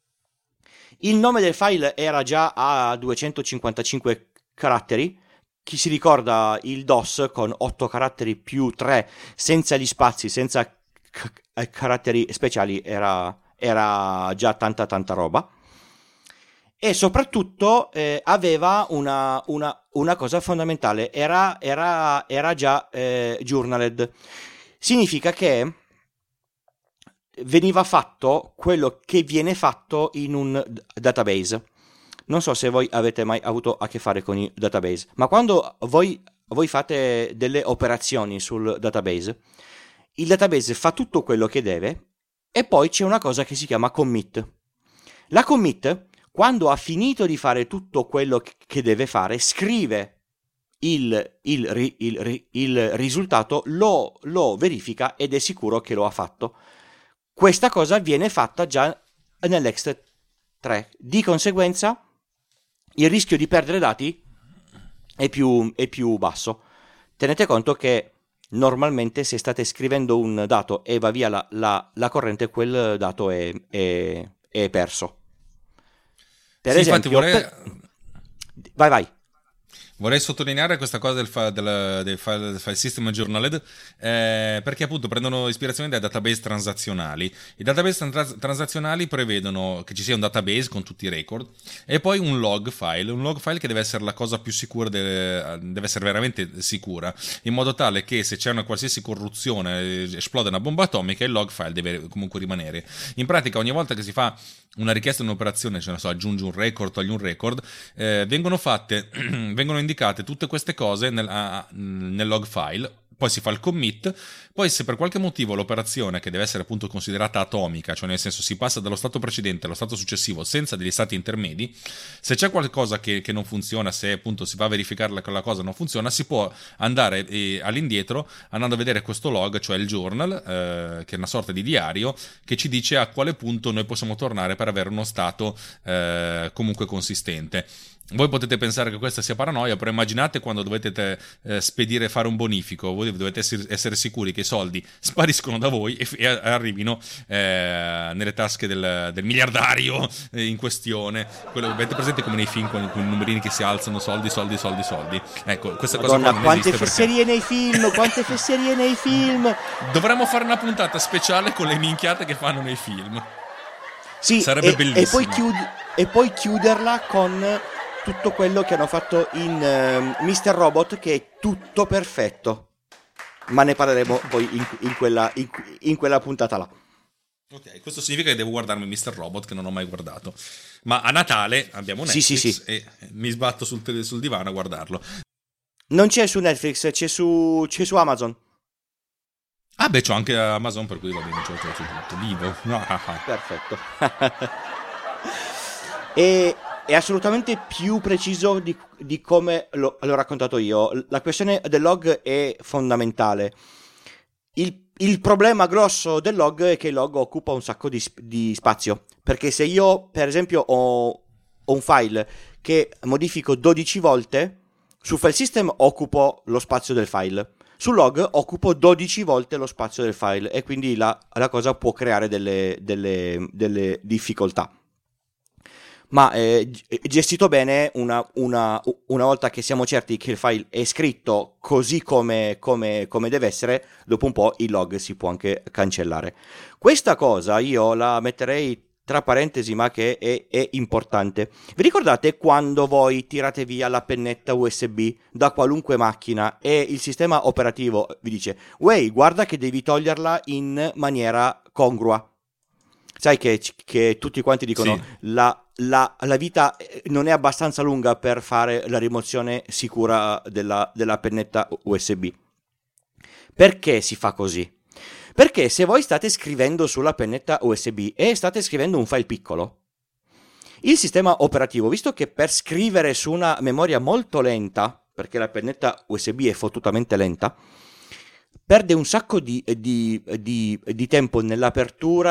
Il nome del file era già a 255 caratteri. Chi si ricorda il DOS con 8 caratteri più 3 senza gli spazi, senza caratteri speciali, era già tanta roba. E soprattutto aveva una cosa fondamentale, era già journaled. Significa che veniva fatto quello che viene fatto in un database. Non so se voi avete mai avuto a che fare con i database, ma quando voi fate delle operazioni sul database, il database fa tutto quello che deve e poi c'è una cosa che si chiama commit. La commit, quando ha finito di fare tutto quello che deve fare, scrive il risultato, lo verifica ed è sicuro che lo ha fatto. Questa cosa viene fatta già nell'Ext 3. Di conseguenza il rischio di perdere dati è più basso. Tenete conto che normalmente se state scrivendo un dato e va via la corrente, quel dato è perso. Per esempio, vai. Vorrei sottolineare questa cosa del file system journaled, perché appunto prendono ispirazione dai database transazionali. I database transazionali prevedono che ci sia un database con tutti i record e poi un log file che deve essere la cosa più sicura, deve essere veramente sicura, in modo tale che se c'è una qualsiasi corruzione, esplode una bomba atomica, il log file deve comunque rimanere. In pratica ogni volta che si fa una richiesta di un'operazione, cioè non so, aggiungi un record, togli un record, vengono indicate tutte queste cose nel log file, poi si fa il commit, poi se per qualche motivo l'operazione, che deve essere appunto considerata atomica, cioè nel senso si passa dallo stato precedente allo stato successivo senza degli stati intermedi, se c'è qualcosa che non funziona, se appunto si va a verificare che la cosa non funziona, si può andare all'indietro andando a vedere questo log, cioè il journal, che è una sorta di diario che ci dice a quale punto noi possiamo tornare per avere uno stato comunque consistente. Voi potete pensare che questa sia paranoia, però immaginate quando dovete spedire, fare un bonifico, voi dovete essere sicuri che i soldi spariscono da voi e arrivino nelle tasche del miliardario in questione. Quello avete presente come nei film con i numerini che si alzano, soldi. Ecco, questa cosa Madonna, non quante esiste fesserie nei film, quante fesserie nei film. Dovremmo fare una puntata speciale con le minchiate che fanno nei film. Sì, sarebbe bellissimo. E poi chiuderla con tutto quello che hanno fatto in Mr. Robot, che è tutto perfetto. ma ne parleremo poi in quella puntata là. Ok, questo significa che devo guardarmi Mr. Robot, che non ho mai guardato. Ma a Natale abbiamo Netflix e mi sbatto sul divano a guardarlo. Non c'è su Netflix, c'è su Amazon. Ah beh, c'ho anche Amazon, per cui va bene, c'ho tutto, vivo. Perfetto. È assolutamente più preciso di come l'ho raccontato io. La questione del log è fondamentale. Il problema grosso del log è che il log occupa un sacco di spazio. Perché se io, per esempio, ho un file che modifico 12 volte, su file system occupo lo spazio del file. Sul log occupo 12 volte lo spazio del file e quindi la cosa può creare delle difficoltà. Ma gestito bene, una volta che siamo certi che il file è scritto così come deve essere, dopo un po' il log si può anche cancellare. Questa cosa io la metterei tra parentesi, ma che è importante. Vi ricordate quando voi tirate via la pennetta USB da qualunque macchina e il sistema operativo vi dice «Wey, guarda che devi toglierla in maniera congrua». Sai che tutti quanti dicono sì. la vita non è abbastanza lunga per fare la rimozione sicura della pennetta USB. Perché si fa così? Perché se voi state scrivendo sulla pennetta USB e state scrivendo un file piccolo, il sistema operativo, visto che per scrivere su una memoria molto lenta, perché la pennetta USB è fottutamente lenta, perde un sacco di tempo nell'apertura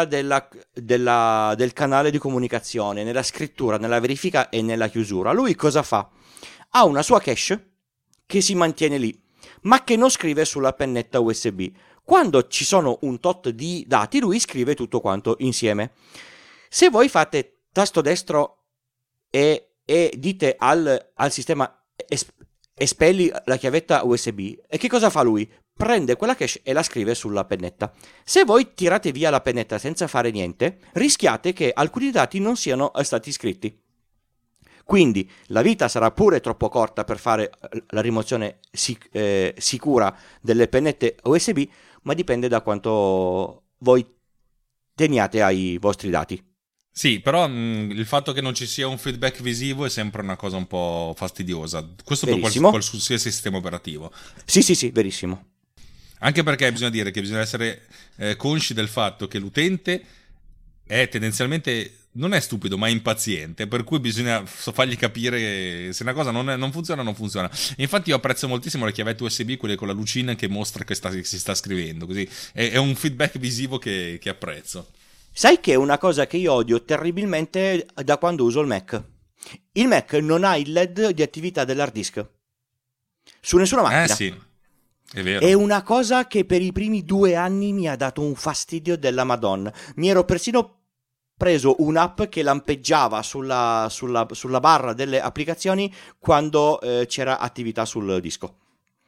del canale di comunicazione, nella scrittura, nella verifica e nella chiusura. Lui cosa fa? Ha una sua cache che si mantiene lì, ma che non scrive sulla pennetta USB. Quando ci sono un tot di dati, lui scrive tutto quanto insieme. Se voi fate tasto destro e dite al sistema espelli la chiavetta USB, e che cosa fa lui? Prende quella cache e la scrive sulla pennetta. Se voi tirate via la pennetta senza fare niente, rischiate che alcuni dati non siano stati scritti. Quindi la vita sarà pure troppo corta per fare la rimozione sicura delle pennette USB, ma dipende da quanto voi teniate ai vostri dati. Sì, però il fatto che non ci sia un feedback visivo è sempre una cosa un po' fastidiosa. Questo Verissimo. per qualsiasi sistema operativo. Sì, verissimo. Anche perché bisogna dire che bisogna essere consci del fatto che l'utente è tendenzialmente non è stupido, ma è impaziente, per cui bisogna fargli capire che se una cosa non funziona, non funziona. E infatti io apprezzo moltissimo le chiavette USB, quelle con la lucina che mostra che si sta scrivendo, così è un feedback visivo che apprezzo. Sai che è una cosa che io odio terribilmente da quando uso il Mac? Il Mac non ha il LED di attività dell'hard disk su nessuna macchina. Sì, è vero. È una cosa che per i primi 2 anni mi ha dato un fastidio della Madonna. Mi ero persino preso un'app che lampeggiava sulla barra delle applicazioni quando c'era attività sul disco.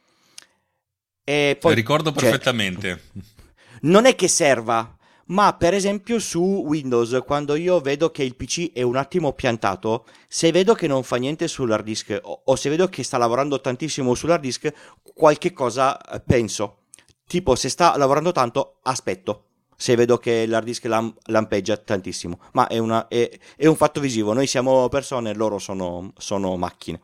E poi, ricordo perfettamente. Non è che serva, ma per esempio su Windows, quando io vedo che il PC è un attimo piantato, se vedo che non fa niente sull'hard disk o se vedo che sta lavorando tantissimo sull'hard disk, qualche cosa penso. Tipo, se sta lavorando tanto, aspetto. Se vedo che l'hard disk lampeggia tantissimo, ma è un fatto visivo. Noi siamo persone, loro sono macchine.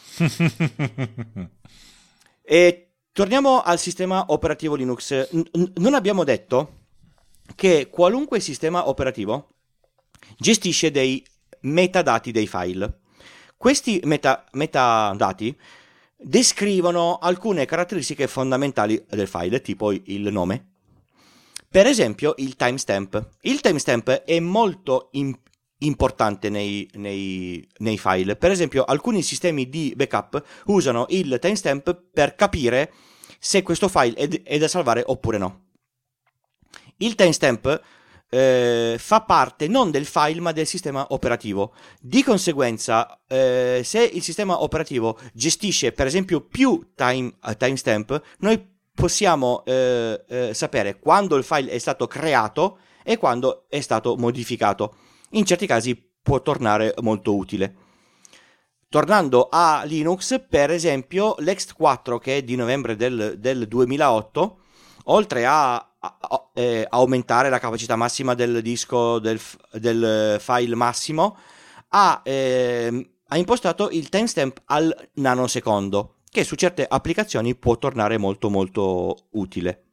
E torniamo al sistema operativo Linux. Non abbiamo detto che qualunque sistema operativo gestisce dei metadati dei file. Questi metadati descrivono alcune caratteristiche fondamentali del file, tipo il nome. Per esempio il timestamp. Il timestamp è molto importante nei file. Per esempio alcuni sistemi di backup usano il timestamp per capire se questo file è da salvare oppure no. Il timestamp fa parte non del file ma del sistema operativo. Di conseguenza, se il sistema operativo gestisce per esempio più timestamp, noi possiamo sapere quando il file è stato creato e quando è stato modificato. In certi casi può tornare molto utile. Tornando a Linux, per esempio, l'Ext4 che è di novembre del 2008, oltre a aumentare la capacità massima del disco del file massimo, ha impostato il timestamp al nanosecondo, che su certe applicazioni può tornare molto molto utile.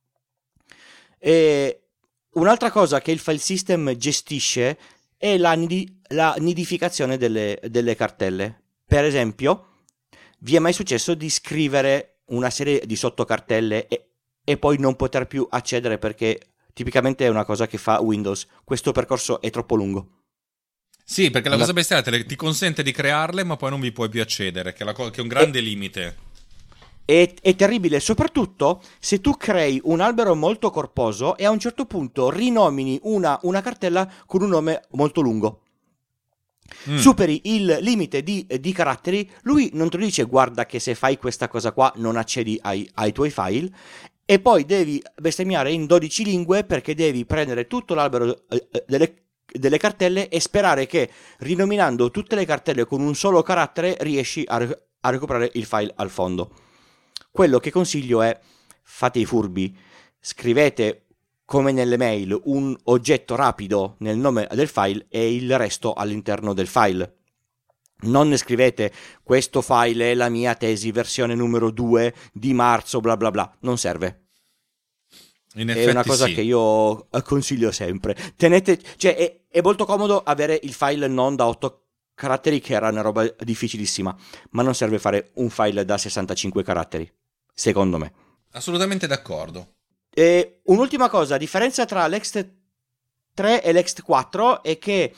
E un'altra cosa che il file system gestisce è la nidificazione delle cartelle. Per esempio, vi è mai successo di scrivere una serie di sottocartelle e poi non poter più accedere perché tipicamente è una cosa che fa Windows? Questo percorso è troppo lungo. Sì, perché la cosa bestiale ti consente di crearle, ma poi non vi puoi più accedere, che è un grande limite. È terribile, soprattutto se tu crei un albero molto corposo e a un certo punto rinomini una cartella con un nome molto lungo. Superi il limite di caratteri, lui non te lo dice guarda che se fai questa cosa qua non accedi ai tuoi file, e poi devi bestemmiare in 12 lingue perché devi prendere tutto l'albero delle cartelle e sperare che rinominando tutte le cartelle con un solo carattere riesci a recuperare il file al fondo. Quello che consiglio è: fate i furbi, scrivete come nelle mail un oggetto rapido nel nome del file e il resto all'interno del file. Non ne scrivete questo file è la mia tesi versione numero 2 di marzo bla bla bla, non serve. È una cosa che io consiglio sempre. Cioè è molto comodo avere il file non da 8 caratteri, che era una roba difficilissima, ma non serve fare un file da 65 caratteri, secondo me. Assolutamente d'accordo. E un'ultima cosa, la differenza tra l'Ext3 e l'Ext4 è che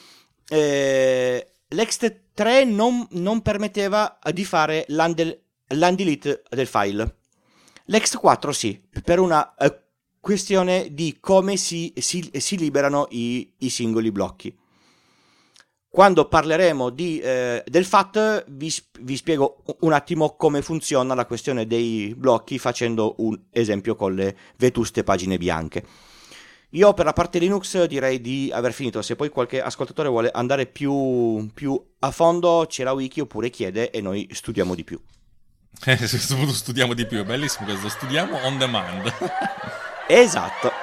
l'Ext3 non permetteva di fare l'undelete del file. L'Ext4 sì, per una questione di come si liberano i singoli blocchi. Quando parleremo del FAT vi spiego un attimo come funziona la questione dei blocchi facendo un esempio con le vetuste pagine bianche. Io per la parte Linux direi di aver finito. Se poi qualche ascoltatore vuole andare più a fondo c'è la wiki oppure chiede e noi studiamo di più. Studiamo di più, è bellissimo questo, studiamo on demand. Esatto.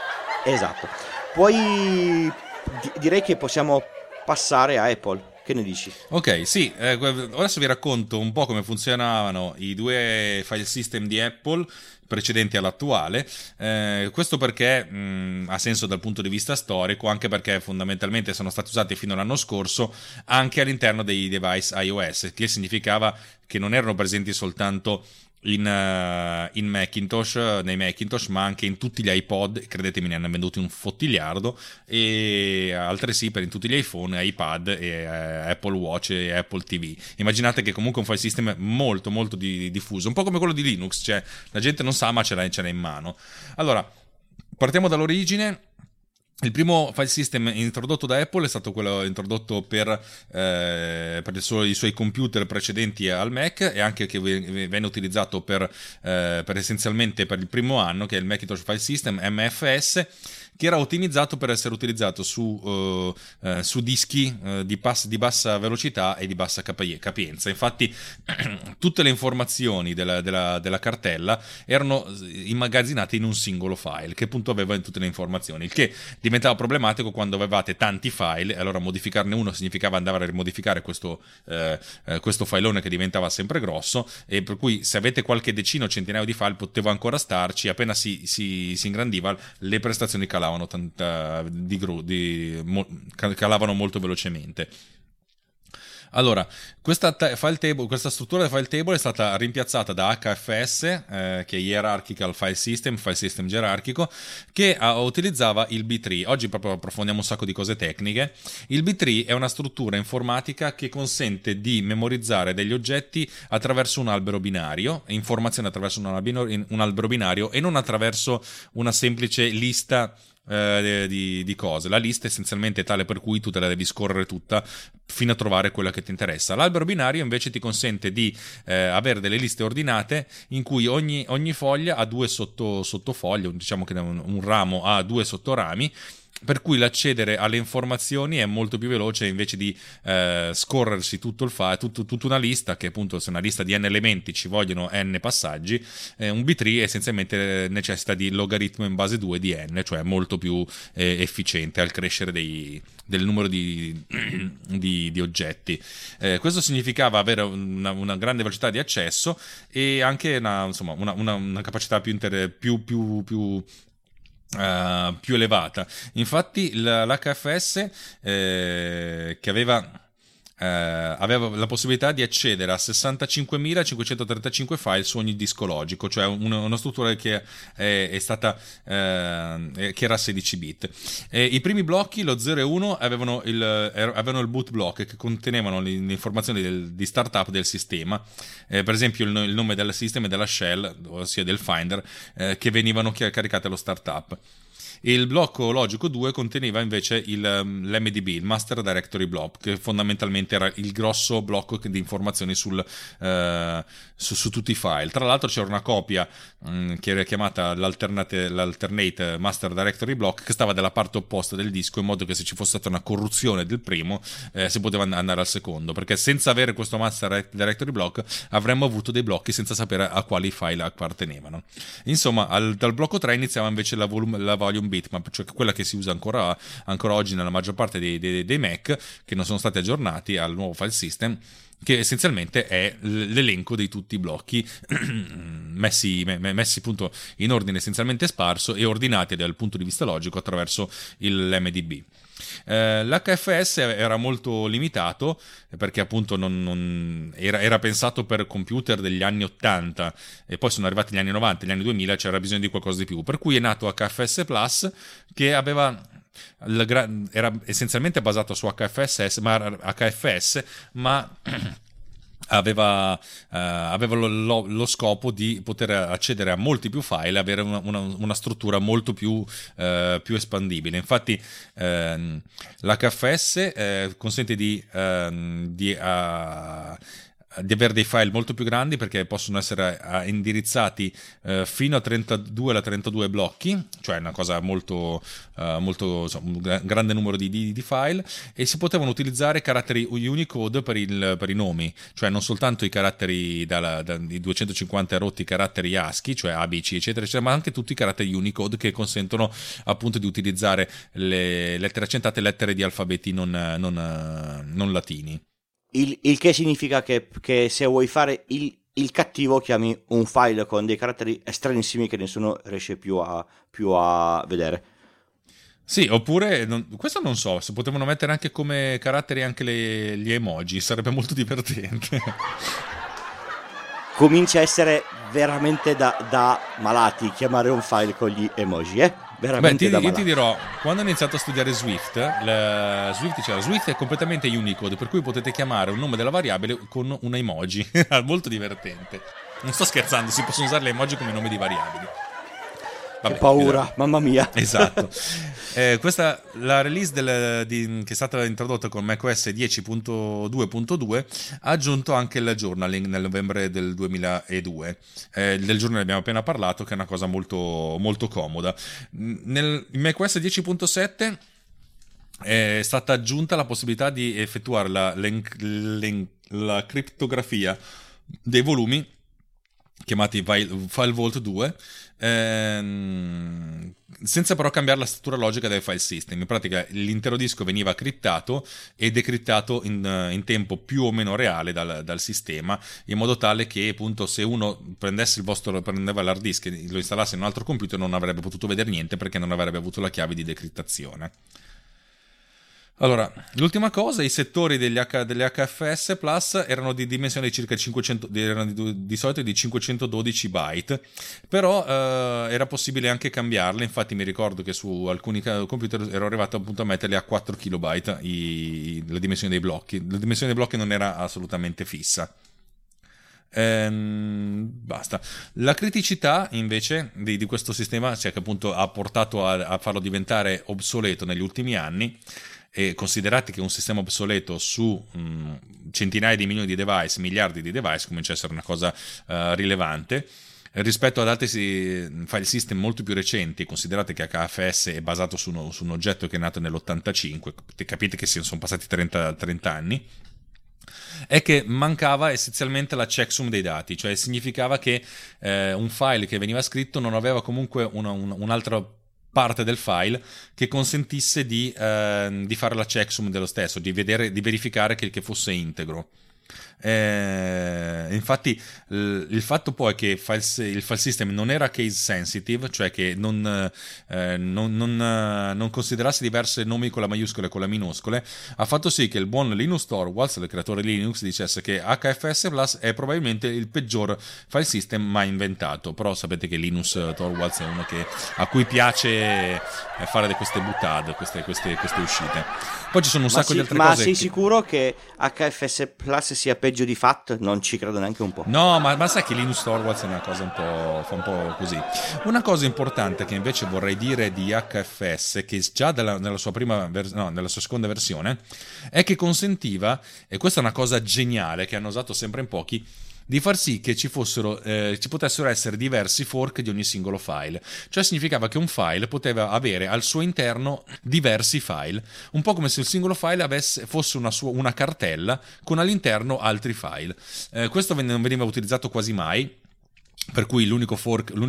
Poi direi che possiamo passare a Apple. Che ne dici? Ok, sì, adesso vi racconto un po' come funzionavano i due file system di Apple precedenti all'attuale. Questo perché ha senso dal punto di vista storico, anche perché fondamentalmente sono stati usati fino all'anno scorso anche all'interno dei device iOS, che significava che non erano presenti soltanto in Macintosh, nei Macintosh, ma anche in tutti gli iPod. Credetemi, ne hanno venduti un fottiliardo, e altresì in tutti gli iPhone, iPad e Apple Watch e Apple TV. Immaginate che comunque un file system molto molto diffuso, un po' come quello di Linux, cioè la gente non sa ma ce l'ha in mano. Allora, partiamo dall'origine. Il primo file system introdotto da Apple è stato quello introdotto per i suoi computer precedenti al Mac, e anche che venne utilizzato per essenzialmente per il primo anno, che è il Macintosh File System MFS, che era ottimizzato per essere utilizzato su dischi di bassa velocità e di bassa capienza. Infatti tutte le informazioni della cartella erano immagazzinate in un singolo file, che appunto aveva tutte le informazioni, il che diventava problematico quando avevate tanti file. Allora modificarne uno significava andare a rimodificare questo filone che diventava sempre grosso, e per cui se avete qualche decina o centinaio di file poteva ancora starci. Appena si ingrandiva, le prestazioni calavano molto velocemente. Allora, questa struttura del file table è stata rimpiazzata da HFS, che è Hierarchical File System gerarchico, che utilizzava il B-tree. Oggi proprio approfondiamo un sacco di cose tecniche. Il B-tree è una struttura informatica che consente di memorizzare degli oggetti attraverso un albero binario, informazioni attraverso un albero binario, e non attraverso una semplice lista di cose. La lista è essenzialmente tale per cui tu te la devi scorrere tutta fino a trovare quella che ti interessa. L'albero binario invece ti consente di avere delle liste ordinate in cui ogni foglia ha due sottofoglie, diciamo che un ramo ha due sottorami, per cui l'accedere alle informazioni è molto più veloce, invece di scorrersi tutto il file, tutta una lista, che appunto se una lista di n elementi ci vogliono n passaggi, un B-tree essenzialmente necessita di logaritmo in base 2 di n, cioè molto più efficiente al crescere del numero di oggetti. Questo significava avere una grande velocità di accesso e anche una capacità più elevata. Infatti l'HFS che aveva la possibilità di accedere a 65.535 file su ogni disco logico, cioè una struttura che è stata che era 16 bit. I primi blocchi, lo 0 e 1, avevano il boot block, che contenevano le informazioni di startup del sistema, per esempio il nome del sistema e della shell, ossia del Finder, che venivano caricate allo startup. Il blocco logico 2 conteneva invece l'MDB, il Master Directory Block, che fondamentalmente era il grosso blocco di informazioni su tutti i file. Tra l'altro c'era una copia che era chiamata l'Alternate Master Directory Block, che stava dalla parte opposta del disco, in modo che se ci fosse stata una corruzione del primo si poteva andare al secondo, perché senza avere questo Master Directory Block avremmo avuto dei blocchi senza sapere a quali file appartenevano. Insomma, dal blocco 3 iniziava invece la volume bitmap, cioè quella che si usa ancora oggi nella maggior parte dei Mac che non sono stati aggiornati al nuovo file system, che essenzialmente è l'elenco di tutti i blocchi messi appunto in ordine essenzialmente sparso e ordinati dal punto di vista logico attraverso l'MDB. L'HFS era molto limitato perché appunto non era pensato per computer degli anni 80 e poi sono arrivati gli anni 90, gli anni 2000, c'era bisogno di qualcosa di più, per cui è nato HFS Plus, che era essenzialmente basato su HFS, ma aveva lo scopo di poter accedere a molti più file, avere una struttura molto più espandibile. Infatti l'HFS consente di avere dei file molto più grandi, perché possono essere indirizzati fino a 32 blocchi, cioè una cosa molto un grande numero di file, e si potevano utilizzare caratteri Unicode per i nomi, cioè non soltanto i caratteri di 250 rotti caratteri ASCII, cioè A, B, C, eccetera, eccetera, ma anche tutti i caratteri Unicode, che consentono appunto di utilizzare le lettere accentate, lettere di alfabeti non latini. Il che significa che se vuoi fare il cattivo chiami un file con dei caratteri stranissimi che nessuno riesce più a vedere. Sì, oppure, questo non so, se potevano mettere anche come caratteri anche gli emoji, sarebbe molto divertente. Comincia a essere veramente da malati chiamare un file con gli emoji, veramente da malati. Io ti dirò, quando ho iniziato a studiare Swift è completamente Unicode, per cui potete chiamare un nome della variabile con un emoji. Molto divertente. Non sto scherzando, si possono usare le emoji come nomi di variabili. Vabbè, che paura, mamma mia. Esatto. La release che è stata introdotta con macOS 10.2.2 ha aggiunto anche il journaling nel novembre del 2002. Del journaling abbiamo appena parlato, che è una cosa molto, molto comoda. In macOS 10.7 è stata aggiunta la possibilità di effettuare la criptografia dei volumi, chiamati File Vault 2, senza però cambiare la struttura logica del file system. In pratica l'intero disco veniva criptato e decriptato in tempo più o meno reale dal sistema, in modo tale che appunto se uno prendeva l'hard disk e lo installasse in un altro computer non avrebbe potuto vedere niente, perché non avrebbe avuto la chiave di decriptazione. Allora, l'ultima cosa, i settori degli HFS Plus erano di dimensione di circa 500, erano di solito di 512 byte, però era possibile anche cambiarle. Infatti mi ricordo che su alcuni computer ero arrivato appunto a metterli a 4 kilobyte la dimensione dei blocchi. La dimensione dei blocchi non era assolutamente fissa. Basta. La criticità invece di questo sistema, cioè che appunto ha portato a farlo diventare obsoleto negli ultimi anni, e considerati che un sistema obsoleto su centinaia di milioni di device, miliardi di device, comincia a essere una cosa rilevante, rispetto ad altri file system molto più recenti. Considerate che HFS è basato su un oggetto che è nato nell'85, capite che sono passati 30 anni, è che mancava essenzialmente la checksum dei dati, cioè significava che un file che veniva scritto non aveva comunque un'altra parte del file che consentisse di fare la checksum dello stesso, di verificare che fosse integro. Infatti il fatto poi che il file system non era case sensitive, cioè che non considerasse diversi nomi con la maiuscola e con la minuscole, ha fatto sì che il buon Linus Torvalds, il creatore di Linux, dicesse che HFS Plus è probabilmente il peggior file system mai inventato. Però sapete che Linus Torvalds è uno a cui piace fare queste buttade, queste uscite. Poi ci sono un sacco di altre cose. Ma sei sicuro che HFS Plus sia peggio di FAT? Non ci credo neanche un po'. No, ma sai che Linus Torvalds è una cosa fa un po' così. Una cosa importante che invece vorrei dire di HFS, che già nella sua nella sua seconda versione, è che consentiva, e questa è una cosa geniale che hanno usato sempre in pochi, di far sì che ci potessero essere diversi fork di ogni singolo file. Cioè significava che un file poteva avere al suo interno diversi file, un po' come se il singolo file fosse una cartella con all'interno altri file. Questo non veniva utilizzato quasi mai, per cui l'unico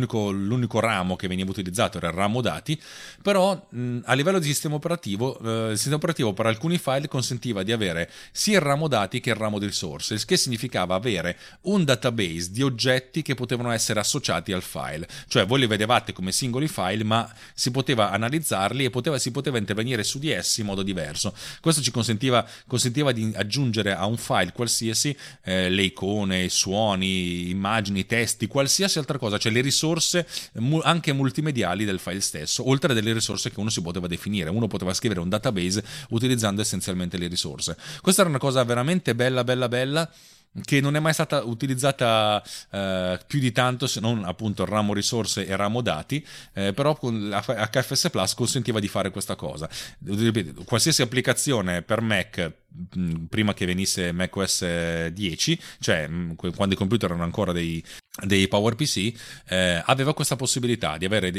ramo che veniva utilizzato era il ramo dati. Però a livello di sistema operativo, il sistema operativo per alcuni file consentiva di avere sia il ramo dati che il ramo di risorse, il che significava avere un database di oggetti che potevano essere associati al file, cioè voi li vedevate come singoli file, ma si poteva analizzarli e si poteva intervenire su di essi in modo diverso. Questo ci consentiva di aggiungere a un file qualsiasi le icone, i suoni, immagini, testi, qualsiasi altra cosa, cioè le risorse anche multimediali del file stesso, oltre a delle risorse che uno si poteva definire. Uno poteva scrivere un database utilizzando essenzialmente le risorse. Questa era una cosa veramente bella, che non è mai stata utilizzata più di tanto, se non appunto il ramo risorse e ramo dati, però con HFS Plus consentiva di fare questa cosa. Qualsiasi applicazione per Mac, prima che venisse macOS 10, cioè quando i computer erano ancora dei PowerPC, aveva questa possibilità di avere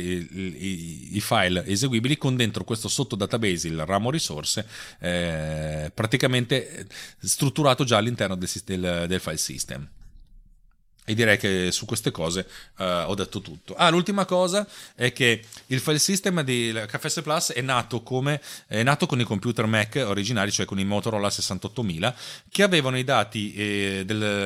i file eseguibili con dentro questo sottodatabase, il ramo risorse, praticamente strutturato già all'interno del file system. E direi che su queste cose ho detto tutto. L'ultima cosa è che il file system di HFS Plus è nato con i computer Mac originali, cioè con i Motorola 68000, che avevano i dati i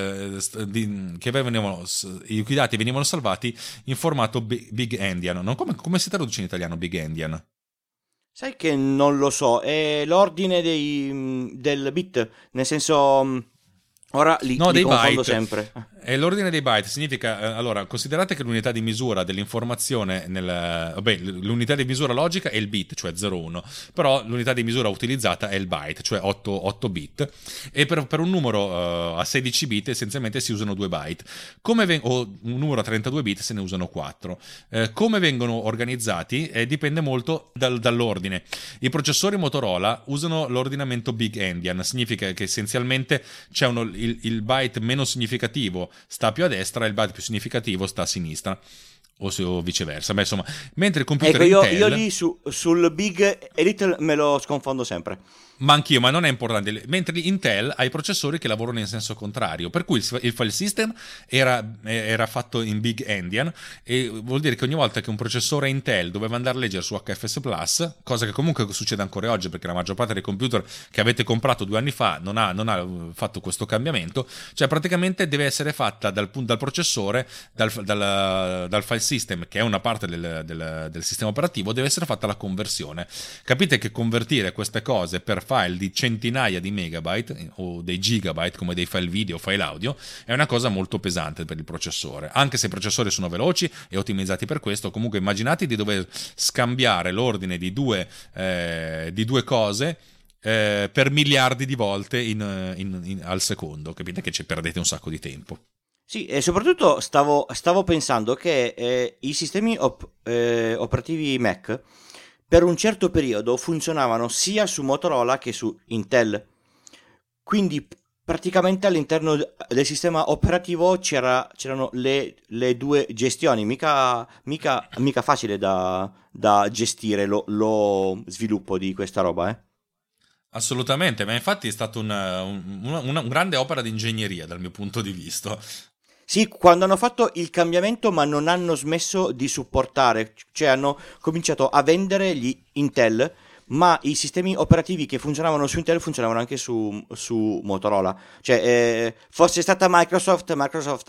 cui dati venivano salvati in formato Big Endian. Non come si traduce in italiano Big Endian? Sai che non lo so, è l'ordine del bit, nel senso... Ora li confondo byte. sempre. È l'ordine dei byte, significa, allora, considerate che l'unità di misura dell'informazione l'unità di misura logica è il bit, cioè 01, però l'unità di misura utilizzata è il byte, cioè 8 bit, e per un numero a 16 bit essenzialmente si usano 2 byte, o un numero a 32 bit se ne usano 4. Come vengono organizzati dipende molto dall'ordine. I processori Motorola usano l'ordinamento Big Endian, significa che essenzialmente c'è il byte meno significativo sta più a destra e il byte più significativo sta a sinistra, o viceversa. Beh, insomma, mentre il computer Intel... io lì sul Big e Little me lo sconfondo sempre. Ma anch'io, ma non è importante. Mentre Intel ha i processori che lavorano in senso contrario, per cui il file system era fatto in Big Endian, e vuol dire che ogni volta che un processore Intel doveva andare a leggere su HFS Plus, cosa che comunque succede ancora oggi perché la maggior parte dei computer che avete comprato 2 anni fa non ha fatto questo cambiamento, cioè praticamente deve essere fatta dal processore, dal file system, che è una parte del sistema operativo, deve essere fatta la conversione. Capite che convertire queste cose per file di centinaia di megabyte o dei gigabyte come dei file video o file audio è una cosa molto pesante per il processore, anche se i processori sono veloci e ottimizzati per questo. Comunque immaginate di dover scambiare l'ordine di due cose per miliardi di volte al secondo. Capite che ci perdete un sacco di tempo. Sì, e soprattutto stavo pensando che i sistemi operativi Mac per un certo periodo funzionavano sia su Motorola che su Intel, quindi praticamente all'interno del sistema operativo c'erano le due gestioni, mica facile da gestire lo sviluppo di questa roba, eh. Assolutamente, ma infatti è stata una grande opera di ingegneria dal mio punto di vista. Sì, quando hanno fatto il cambiamento, ma non hanno smesso di supportare, cioè hanno cominciato a vendere gli Intel, ma i sistemi operativi che funzionavano su Intel funzionavano anche su Motorola. Cioè, fosse stata Microsoft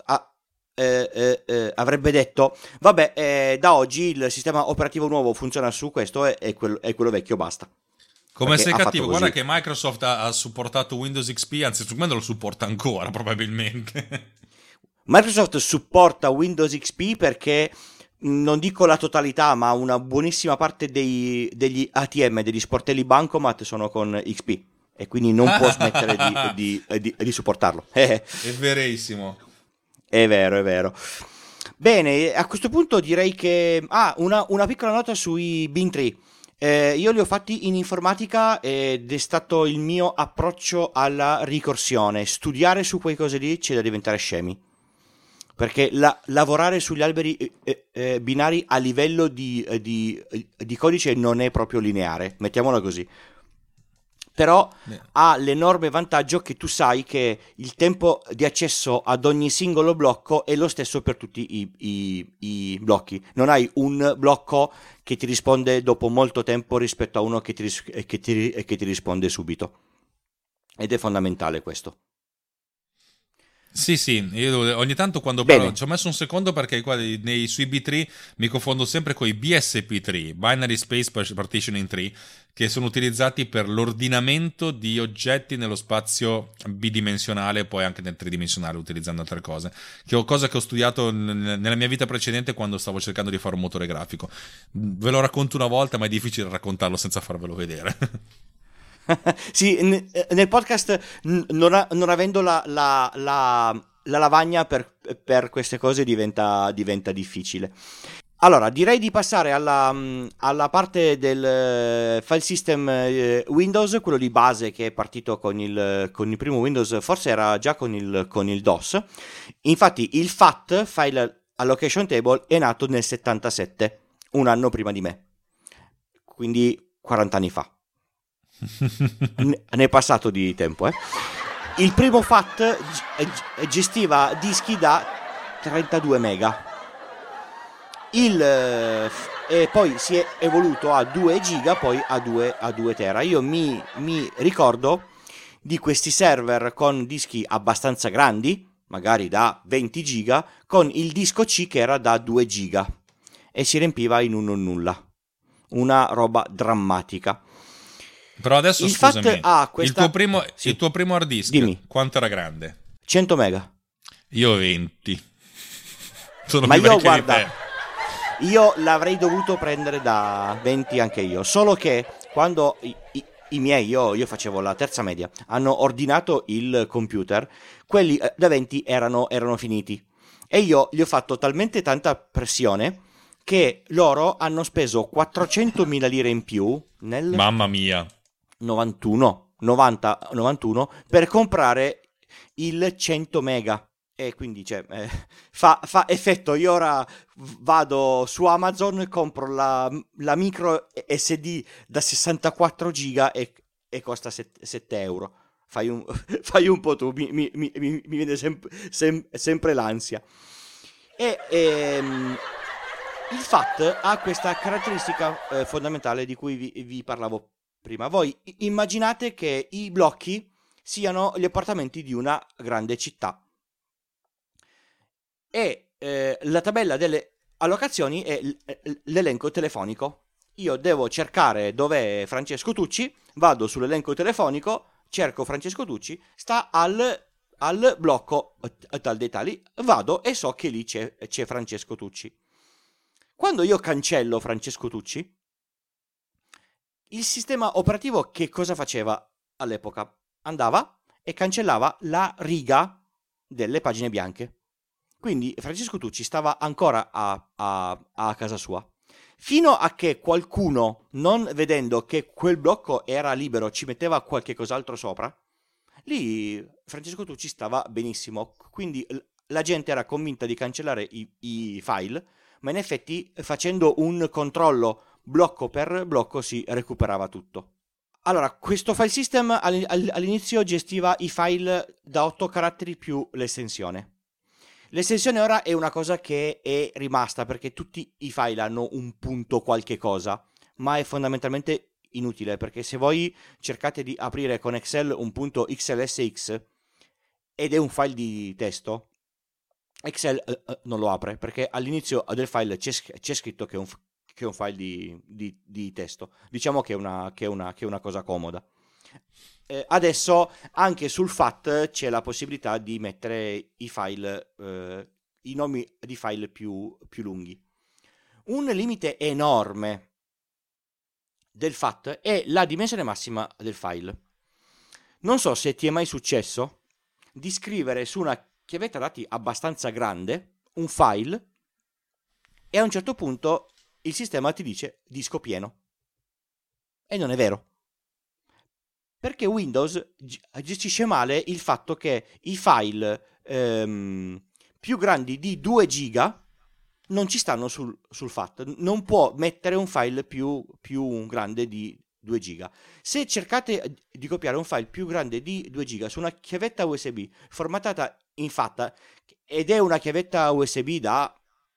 avrebbe detto, vabbè, da oggi il sistema operativo nuovo funziona su questo e quello vecchio basta. Come Perché sei ha fatto cattivo, guarda così. che Microsoft ha supportato Windows XP, anzi, su me lo supporta ancora, probabilmente. Microsoft supporta Windows XP perché non dico la totalità, ma una buonissima parte degli ATM, degli sportelli bancomat sono con XP e quindi non può smettere di supportarlo. È verissimo. È vero, è vero. Bene, a questo punto direi che... Ah, una piccola nota sui Bean Tree. Io li ho fatti in informatica ed è stato il mio approccio alla ricorsione. Studiare su quelle cose lì c'è da diventare scemi. Perché lavorare sugli alberi binari a livello di codice non è proprio lineare, mettiamola così. Però ha l'enorme vantaggio che tu sai che il tempo di accesso ad ogni singolo blocco è lo stesso per tutti i blocchi. Non hai un blocco che ti risponde dopo molto tempo rispetto a uno che ti risponde subito. Ed è fondamentale questo. Sì, sì, io ogni tanto quando parlo Bene. ci ho messo un secondo perché qua sui B3 mi confondo sempre con i BSP3, Binary Space Partitioning Tree, che sono utilizzati per l'ordinamento di oggetti nello spazio bidimensionale e poi anche nel tridimensionale utilizzando altre cose, cosa che ho studiato nella mia vita precedente quando stavo cercando di fare un motore grafico. Ve lo racconto una volta, ma è difficile raccontarlo senza farvelo vedere. Sì, nel podcast non avendo la lavagna per queste cose diventa difficile. Allora, direi di passare alla parte del file system Windows, quello di base che è partito con il primo Windows, forse era già con il DOS. Infatti il FAT, File Allocation Table, è nato nel 77, un anno prima di me, quindi 40 anni fa. Ne è passato di tempo, eh. Il primo FAT gestiva dischi da 32 mega. E poi si è evoluto a 2 giga, poi a 2 tera. Io mi ricordo di questi server con dischi abbastanza grandi, magari da 20 giga, con il disco C che era da 2 giga e si riempiva in un non nulla. Una roba drammatica. Però adesso Il scusami, FAT ha questa... Sì. il tuo primo hard disk, Dimmi. quanto era grande? 100 mega. Io 20. Sono Ma più io, vecchio di guarda, te. io l'avrei dovuto prendere da 20 anche io. Solo che quando i miei, io facevo la terza media, hanno ordinato il computer, quelli da 20 erano finiti. E io gli ho fatto talmente tanta pressione che loro hanno speso 400.000 lire in più nel Mamma mia. 91 per comprare il 100 mega. E quindi fa effetto. Io ora vado su Amazon e compro la micro SD da 64 giga e costa 7 euro. Fai un po' tu, mi viene sempre l'ansia. Il FAT ha questa caratteristica fondamentale di cui vi parlavo prima. Voi immaginate che i blocchi siano gli appartamenti di una grande città e la tabella delle allocazioni è l'elenco telefonico. Io devo cercare dov'è Francesco Tucci, vado sull'elenco telefonico, cerco Francesco Tucci, sta al blocco tal dei tali, vado e so che lì c'è Francesco Tucci. Quando io cancello Francesco Tucci, il sistema operativo che cosa faceva all'epoca? Andava e cancellava la riga delle pagine bianche. Quindi Francesco Tucci stava ancora a casa sua. Fino a che qualcuno, non vedendo che quel blocco era libero, ci metteva qualche cos'altro sopra, Lì Francesco Tucci stava benissimo, quindi la gente era convinta di cancellare i file, ma in effetti facendo un controllo blocco per blocco si recuperava tutto. Allora, questo file system all'inizio gestiva i file da 8 caratteri più l'estensione. L'estensione ora è una cosa che è rimasta perché tutti i file hanno un punto qualche cosa, ma è fondamentalmente inutile perché se voi cercate di aprire con Excel un punto XLSX ed è un file di testo, Excel non lo apre perché all'inizio del file c'è scritto che è un file di testo. Diciamo che è una cosa comoda. Adesso anche sul FAT c'è la possibilità di mettere i file, i nomi di file più lunghi. Un limite enorme del FAT è la dimensione massima del file. Non so se ti è mai successo di scrivere su una chiavetta dati abbastanza grande un file e a un certo punto il sistema ti dice disco pieno. E non è vero. Perché Windows gestisce male il fatto che i file più grandi di 2 giga non ci stanno sul FAT. Non può mettere un file più grande di 2 giga. Se cercate di copiare un file più grande di 2 giga su una chiavetta USB formatata in FAT ed è una chiavetta USB da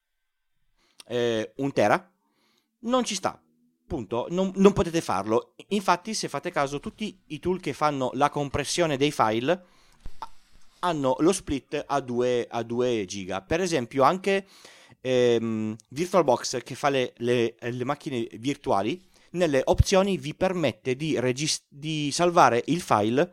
1 tera, non ci sta. Punto, non potete farlo. Infatti, se fate caso, tutti i tool che fanno la compressione dei file hanno lo split a 2 giga. Per esempio, anche VirtualBox, che fa le macchine virtuali, nelle opzioni vi permette di salvare il file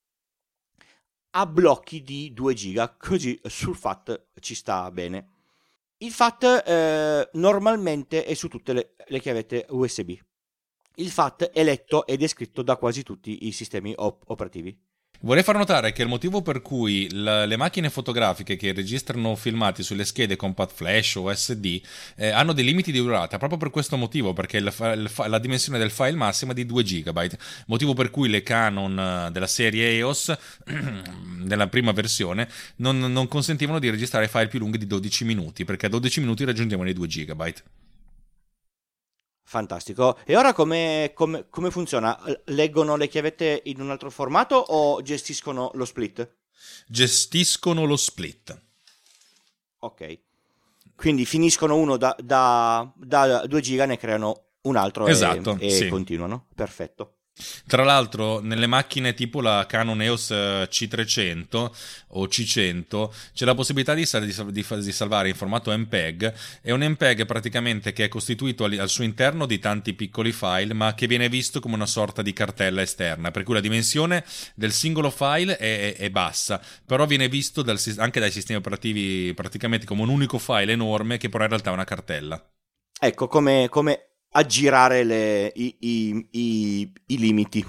a blocchi di 2 giga, così sul FAT ci sta bene. Il FAT normalmente è su tutte le chiavette USB. Il FAT è letto ed è scritto da quasi tutti i sistemi operativi. Vorrei far notare che il motivo per cui le macchine fotografiche che registrano filmati sulle schede compact flash o SD hanno dei limiti di durata, proprio per questo motivo, perché la dimensione del file massima è di 2 GB, motivo per cui le Canon della serie EOS, nella prima versione, non consentivano di registrare file più lunghi di 12 minuti, perché a 12 minuti raggiungevano i 2 GB. Fantastico. E ora come funziona? Leggono le chiavette in un altro formato o gestiscono lo split? Gestiscono lo split. Ok. Quindi finiscono uno da 2 giga, ne creano un altro. Esatto, e sì. Continuano. Perfetto. Tra l'altro, nelle macchine tipo la Canon EOS C300 o C100 c'è la possibilità di salvare in formato MPEG. È un MPEG praticamente che è costituito al suo interno di tanti piccoli file, ma che viene visto come una sorta di cartella esterna, per cui la dimensione del singolo file è bassa, però viene visto anche dai sistemi operativi praticamente come un unico file enorme che però in realtà è una cartella. Ecco, come aggirare i limiti.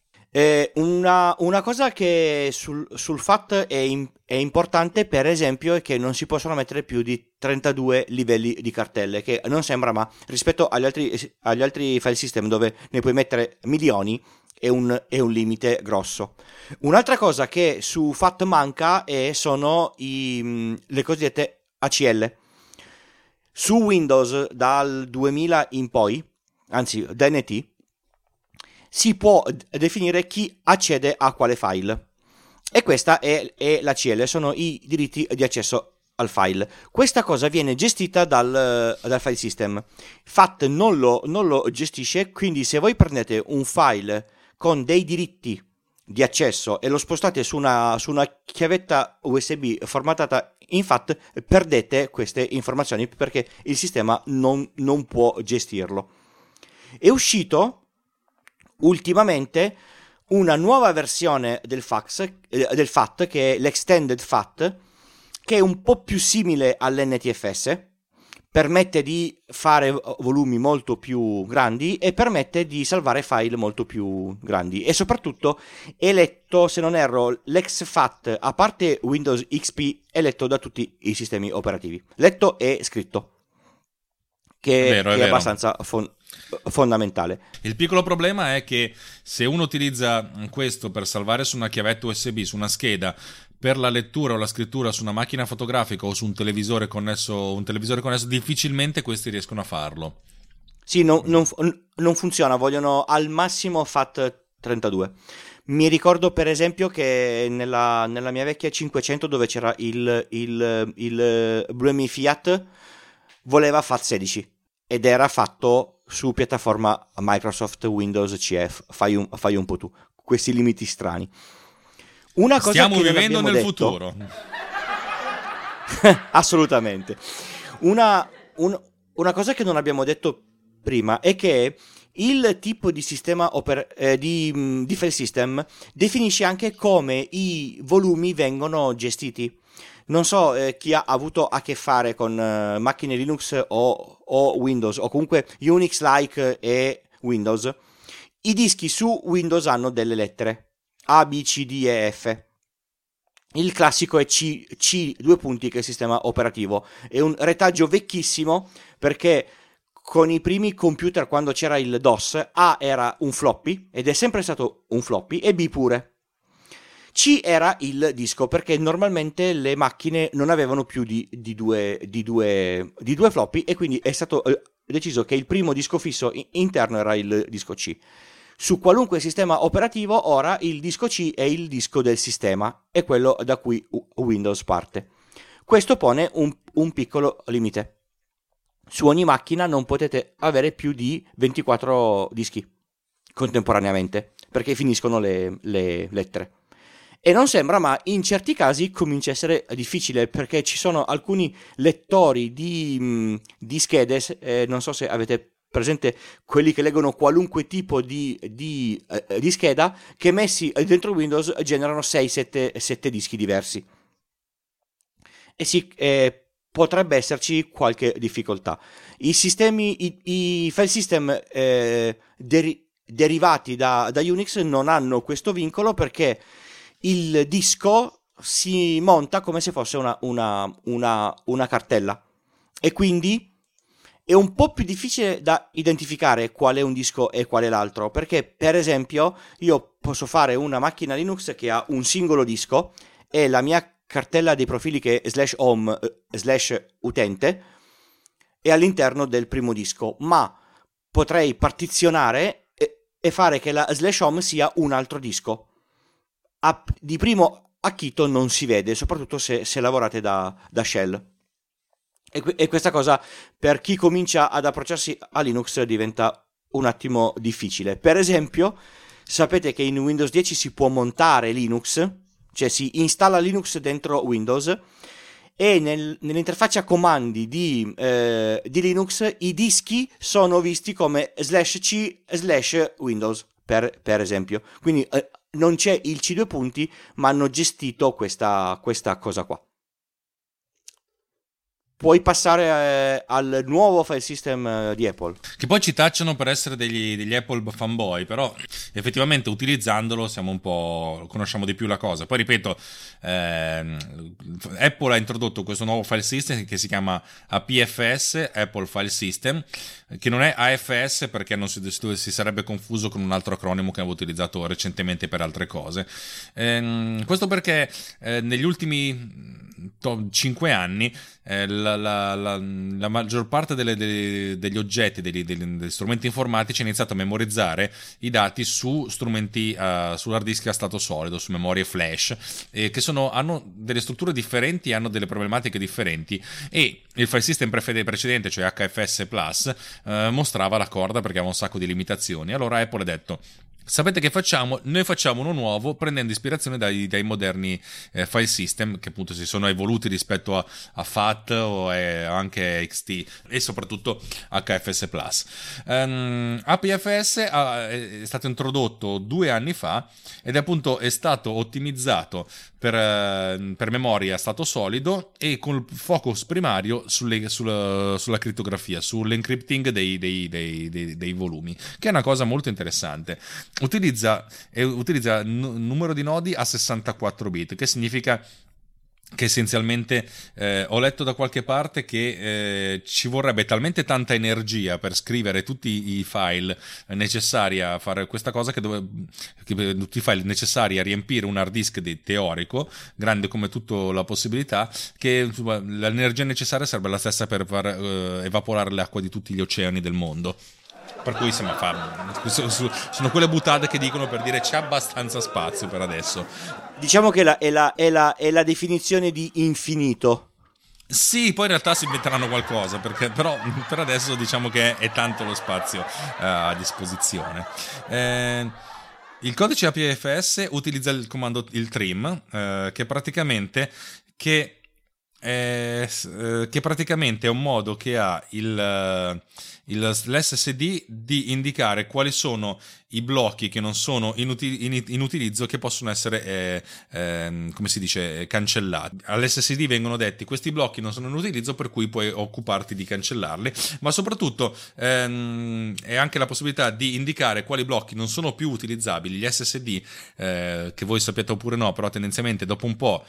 Una cosa che sul FAT è importante, per esempio, è che non si possono mettere più di 32 livelli di cartelle, che non sembra, ma rispetto agli altri file system dove ne puoi mettere milioni è un limite grosso. Un'altra cosa che su FAT manca sono le cosiddette ACL. Su Windows dal 2000 in poi, anzi da NT, si può definire chi accede a quale file. E questa è l'ACL, sono i diritti di accesso al file. Questa cosa viene gestita dal file system. FAT non lo gestisce, quindi se voi prendete un file con dei diritti di accesso e lo spostate su una chiavetta USB formatata in FAT, perdete queste informazioni perché il sistema non può gestirlo. È uscito ultimamente una nuova versione del FAT, che è l'Extended FAT, che è un po' più simile all'NTFS, permette di fare volumi molto più grandi e permette di salvare file molto più grandi, e soprattutto è letto, se non erro, l'exFAT, a parte Windows XP, è letto da tutti i sistemi operativi, letto e scritto, che è abbastanza fondamentale. Il piccolo problema è che se uno utilizza questo per salvare su una chiavetta USB, su una scheda, per la lettura o la scrittura su una macchina fotografica o su un televisore connesso, difficilmente questi riescono a farlo. Sì, non funziona, vogliono al massimo FAT32. Mi ricordo per esempio che nella mia vecchia 500 dove c'era il Bluemi Fiat voleva FAT16 ed era fatto su piattaforma Microsoft Windows CF, fai un po' tu, questi limiti strani. Una cosa Stiamo che non vivendo abbiamo nel detto, futuro. assolutamente. Una cosa che non abbiamo detto prima è che il tipo di sistema di file system definisce anche come i volumi vengono gestiti. Non so chi ha avuto a che fare con macchine Linux o Windows o comunque Unix-like e Windows. I dischi su Windows hanno delle lettere A, B, C, D e F. Il classico è C, due punti, che è il sistema operativo. È un retaggio vecchissimo perché con i primi computer, quando c'era il DOS, A era un floppy ed è sempre stato un floppy e B pure. C era il disco perché normalmente le macchine non avevano più di due floppy e quindi è stato deciso che il primo disco fisso interno era il disco C. Su qualunque sistema operativo ora il disco C è il disco del sistema, è quello da cui Windows parte. Questo pone un piccolo limite. Su ogni macchina non potete avere più di 24 dischi contemporaneamente perché finiscono le lettere. E non sembra, ma in certi casi comincia a essere difficile perché ci sono alcuni lettori di schede, non so se avete presente quelli che leggono qualunque tipo di scheda, che messi dentro Windows generano 6-7 dischi diversi. E sì, potrebbe esserci qualche difficoltà. I file system derivati da Unix non hanno questo vincolo perché il disco si monta come se fosse una cartella e quindi è un po' più difficile da identificare qual è un disco e qual è l'altro, perché per esempio io posso fare una macchina Linux che ha un singolo disco e la mia cartella dei profili che è /home /utente è all'interno del primo disco, ma potrei partizionare e fare che la /home sia un altro disco. Di primo acchito non si vede, soprattutto se lavorate da shell. E questa cosa per chi comincia ad approcciarsi a Linux diventa un attimo difficile. Per esempio, sapete che in Windows 10 si può montare Linux, cioè si installa Linux dentro Windows e nell'interfaccia comandi di Linux i dischi sono visti come /c/Windows per esempio. Quindi non c'è il C due punti, ma hanno gestito questa cosa qua. Puoi passare al nuovo file system di Apple. Che poi ci tacciano per essere degli Apple fanboy, però effettivamente utilizzandolo conosciamo di più la cosa. Poi ripeto, Apple ha introdotto questo nuovo file system che si chiama APFS, Apple File System, che non è AFS perché non si sarebbe confuso con un altro acronimo che avevo utilizzato recentemente per altre cose. Questo perché negli ultimi 5 anni la maggior parte degli oggetti, degli strumenti informatici ha iniziato a memorizzare i dati su strumenti su hard disk a stato solido, su memorie flash, che hanno delle strutture differenti, hanno delle problematiche differenti, e il file system precedente, cioè HFS Plus, mostrava la corda perché aveva un sacco di limitazioni. Allora Apple ha detto: sapete che facciamo? Noi facciamo uno nuovo prendendo ispirazione dai moderni file system che appunto si sono evoluti rispetto a FAT o anche XT e soprattutto HFS Plus. APFS è stato introdotto 2 anni fa ed appunto è stato ottimizzato per memoria a stato solido e con il focus primario sulla crittografia, sull'encrypting dei volumi, che è una cosa molto interessante. Utilizza numero di nodi a 64 bit, che significa che essenzialmente ho letto da qualche parte che ci vorrebbe talmente tanta energia per scrivere tutti i file necessari a fare questa cosa che tutti i file necessari a riempire un hard disk teorico grande come tutta la possibilità, che insomma, l'energia necessaria sarebbe la stessa per far evaporare l'acqua di tutti gli oceani del mondo. Per cui insomma sono quelle buttate che dicono per dire c'è abbastanza spazio per adesso. Diciamo che è la definizione di infinito. Sì, poi in realtà si inventeranno qualcosa, perché però per adesso diciamo che è tanto lo spazio a disposizione. Il codice APFS utilizza il comando il trim, che praticamente è un modo che ha l'SSD di indicare quali sono i blocchi che non sono in utilizzo, che possono essere come si dice, cancellati. All'SSD vengono detti: questi blocchi non sono in utilizzo, per cui puoi occuparti di cancellarli, ma soprattutto è anche la possibilità di indicare quali blocchi non sono più utilizzabili. Gli SSD, che voi sappiate oppure no, però tendenzialmente dopo un po'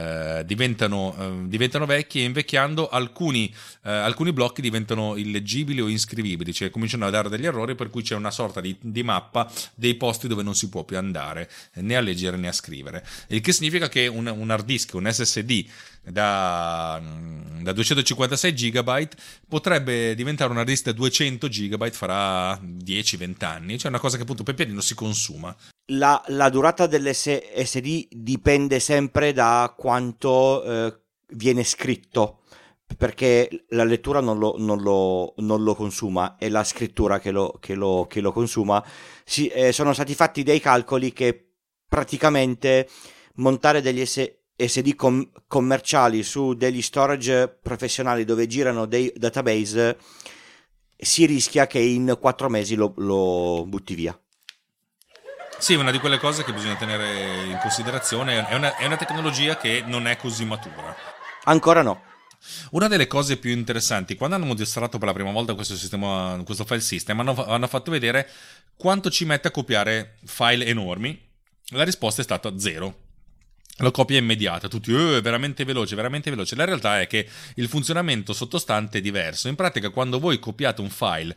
diventano vecchi, e invecchiando alcuni blocchi diventano illeggibili o inscrivibili, cioè cominciano a dare degli errori, per cui c'è una sorta di mappa dei posti dove non si può più andare né a leggere né a scrivere, il che significa che un hard disk, un SSD da 256 GB potrebbe diventare un hard disk da 200 GB fra 10-20 anni, cioè una cosa che appunto per pianino si consuma. La durata dell'SSD dipende sempre da quanto viene scritto, perché la lettura non lo consuma, è la scrittura che lo consuma. Sono stati fatti dei calcoli che praticamente montare degli SD commerciali su degli storage professionali dove girano dei database, si rischia che in 4 mesi lo butti via. Sì, una di quelle cose che bisogna tenere in considerazione. È una tecnologia che non è così matura. Ancora no. Una delle cose più interessanti, quando hanno mostrato per la prima volta questo sistema, questo file system, hanno fatto vedere quanto ci mette a copiare file enormi. La risposta è stata 0. La copia è immediata, tutti veramente veloce, veramente veloce. La realtà è che il funzionamento sottostante è diverso. In pratica, quando voi copiate un file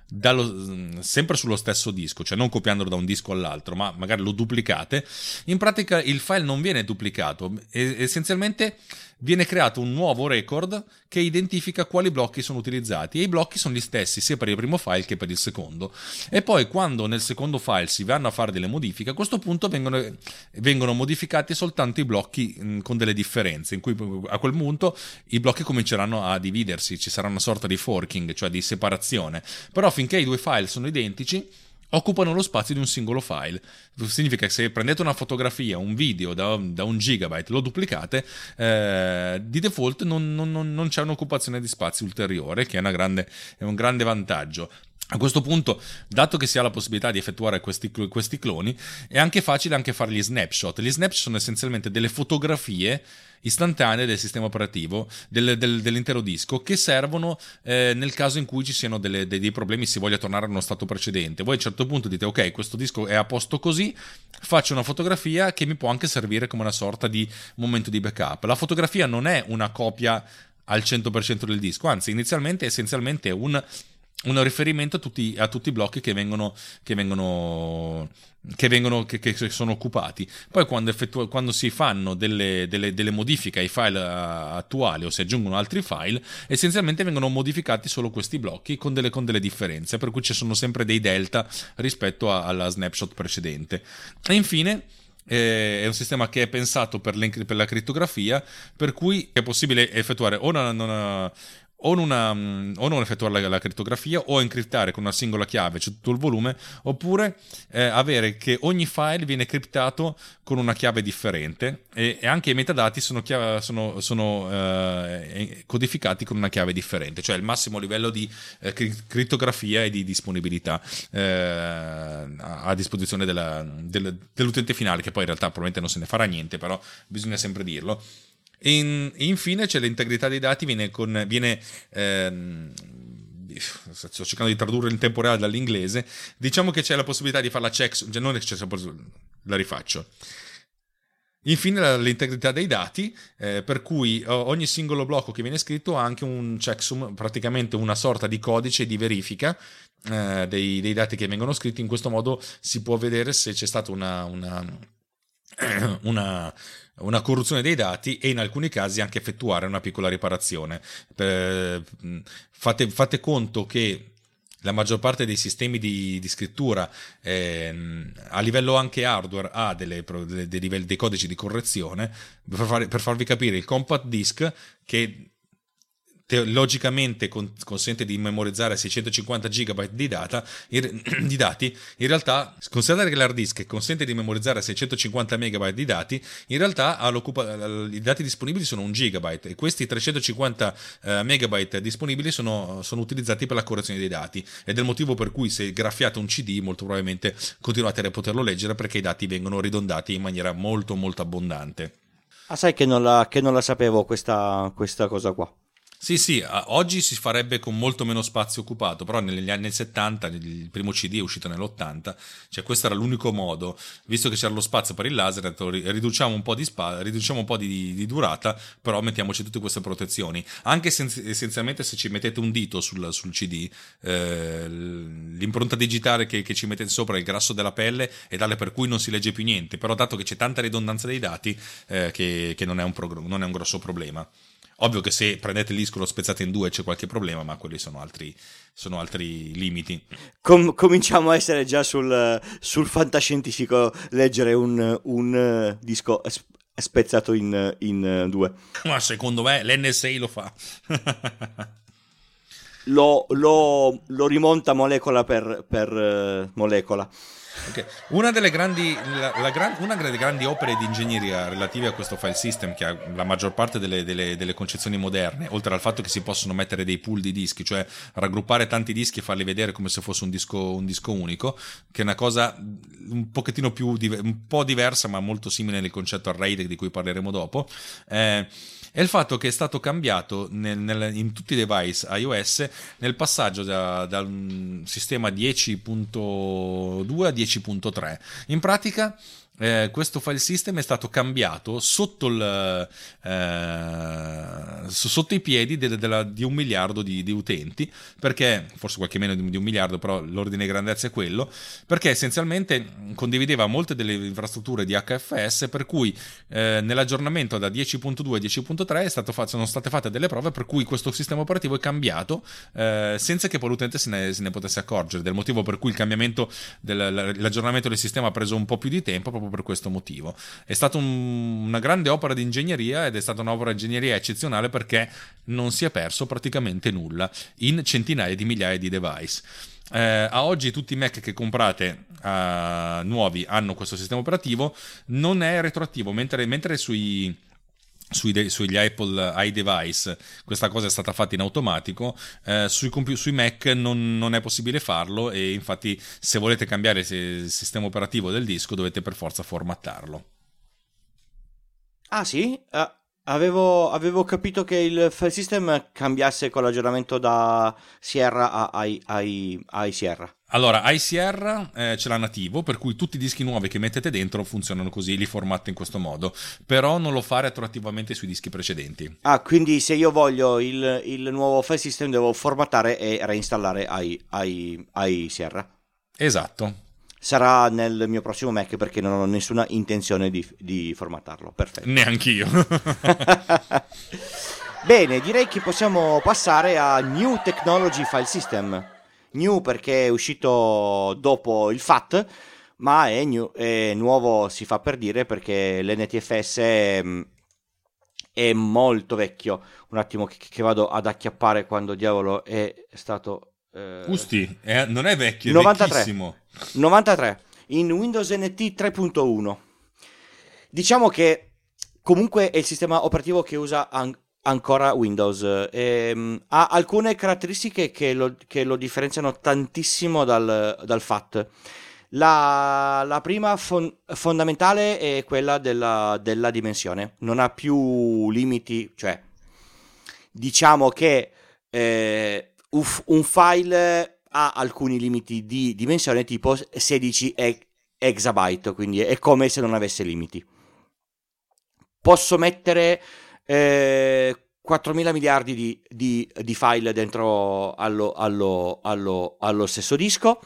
sempre sullo stesso disco, cioè non copiandolo da un disco all'altro, ma magari lo duplicate, in pratica il file non viene duplicato, essenzialmente viene creato un nuovo record che identifica quali blocchi sono utilizzati, e i blocchi sono gli stessi sia per il primo file che per il secondo. E poi quando nel secondo file si vanno a fare delle modifiche, a questo punto vengono modificati soltanto i blocchi con delle differenze, in cui a quel punto i blocchi cominceranno a dividersi, ci sarà una sorta di forking, cioè di separazione. Però finché i due file sono identici, occupano lo spazio di un singolo file. Significa che se prendete una fotografia, un video da 1 gigabyte, lo duplicate, di default non c'è un'occupazione di spazio ulteriore, che è un grande vantaggio. A questo punto, dato che si ha la possibilità di effettuare questi cloni, è anche facile anche fare gli snapshot. Gli snapshot sono essenzialmente delle fotografie istantanee del sistema operativo dell'intero disco, che servono nel caso in cui ci siano dei problemi, si voglia tornare allo stato precedente. Voi a un certo punto dite: ok, questo disco è a posto così, faccio una fotografia che mi può anche servire come una sorta di momento di backup. La fotografia non è una copia al 100% del disco, anzi inizialmente è essenzialmente un riferimento a tutti i blocchi che sono occupati. Poi quando si fanno delle modifiche ai file attuali, o si aggiungono altri file, essenzialmente vengono modificati solo questi blocchi con delle differenze, per cui ci sono sempre dei delta rispetto alla snapshot precedente. E infine è un sistema che è pensato per la crittografia, per cui è possibile effettuare o non effettuare la crittografia, o encriptare con una singola chiave, cioè tutto il volume, oppure avere che ogni file viene criptato con una chiave differente, e anche i metadati sono codificati con una chiave differente, cioè il massimo livello di crittografia e di disponibilità a disposizione dell'utente finale, che poi in realtà probabilmente non se ne farà niente, però bisogna sempre dirlo. Infine c'è l'integrità dei dati, sto cercando di tradurre in tempo reale dall'inglese. Diciamo che c'è la possibilità di fare la checksum, cioè non è che la rifaccio. Infine l'integrità dei dati, per cui ogni singolo blocco che viene scritto ha anche un checksum, praticamente una sorta di codice di verifica dei dati che vengono scritti. In questo modo si può vedere se c'è stata una corruzione dei dati e in alcuni casi anche effettuare una piccola riparazione. Fate conto che la maggior parte dei sistemi di scrittura a livello anche hardware ha dei codici di correzione. Per farvi capire, il compact disk, che logicamente consente di memorizzare 650 GB di dati, in realtà, considerate che l'hard disk consente di memorizzare 650 MB di dati, in realtà i dati disponibili sono 1 GB, e questi 350 MB disponibili sono utilizzati per la correzione dei dati, ed è il motivo per cui se graffiate un CD molto probabilmente continuate a poterlo leggere, perché i dati vengono ridondati in maniera molto molto abbondante. Ah, sai che non la sapevo questa cosa qua. Sì, oggi si farebbe con molto meno spazio occupato, però negli anni 70, il primo CD è uscito nell'80, cioè questo era l'unico modo, visto che c'era lo spazio per il laser, riduciamo un po' di durata, però mettiamoci tutte queste protezioni. Anche essenzialmente se ci mettete un dito sul CD, l'impronta digitale che ci mettete sopra è il grasso della pelle e tale per cui non si legge più niente, però dato che c'è tanta ridondanza dei dati, che non è un grosso problema. Ovvio che se prendete il disco e lo spezzate in due c'è qualche problema, ma quelli sono altri limiti. Cominciamo a essere già sul fantascientifico, leggere un disco spezzato in due. Ma secondo me l'NSA lo fa. Lo rimonta molecola per molecola. Okay. Una delle grandi opere di ingegneria relative a questo file system, che ha la maggior parte delle concezioni moderne, oltre al fatto che si possono mettere dei pool di dischi, cioè raggruppare tanti dischi e farli vedere come se fosse un disco unico, che è una cosa un pochettino un po' diversa, ma molto simile nel concetto al RAID di cui parleremo dopo, è il fatto che è stato cambiato in tutti i device iOS nel passaggio dal sistema 10.2 a 10.3. In pratica questo file system è stato cambiato sotto i piedi di 1 miliardo di utenti, perché forse qualche meno di 1 miliardo, però l'ordine di grandezza è quello, perché essenzialmente condivideva molte delle infrastrutture di HFS, per cui nell'aggiornamento da 10.2 a 10.3 sono state fatte delle prove per cui questo sistema operativo è cambiato senza che poi l'utente se ne potesse accorgere, del motivo per cui il cambiamento l'aggiornamento del sistema ha preso un po' più di tempo, proprio per questo motivo. È stata una grande opera di ingegneria, ed è stata un'opera di ingegneria eccezionale, perché non si è perso praticamente nulla in centinaia di migliaia di device. A oggi tutti i Mac che comprate nuovi hanno questo sistema operativo, non è retroattivo, mentre sugli Apple iDevice questa cosa è stata fatta in automatico, sui Mac non è possibile farlo, e infatti se volete cambiare il sistema operativo del disco dovete per forza formattarlo. Ah sì? Avevo capito che il file system cambiasse con l'aggiornamento da Sierra a iSierra. Allora, iSierra ce l'ha nativo, per cui tutti i dischi nuovi che mettete dentro funzionano così, li formate in questo modo, però non lo fa retroattivamente sui dischi precedenti. Ah, quindi se io voglio il nuovo file system devo formattare e reinstallare iSierra. Esatto. Sarà nel mio prossimo Mac, perché non ho nessuna intenzione di formattarlo. Perfetto. Neanch'io. Bene, direi che possiamo passare a New Technology File System. New perché è uscito dopo il FAT, ma è nuovo, si fa per dire, perché l'NTFS è molto vecchio. Un attimo che vado ad acchiappare quando diavolo è stato... Usti, non è vecchio, è 93. vecchissimo. 93 in Windows NT 3.1. Diciamo che comunque è il sistema operativo che usa ancora Windows. Ha alcune caratteristiche che lo differenziano tantissimo dal FAT. La prima fondamentale è quella della dimensione. Non ha più limiti, cioè diciamo che un file ha alcuni limiti di dimensione, tipo 16 exabyte, quindi è come se non avesse limiti. posso mettere 4.000 miliardi di file dentro allo stesso disco,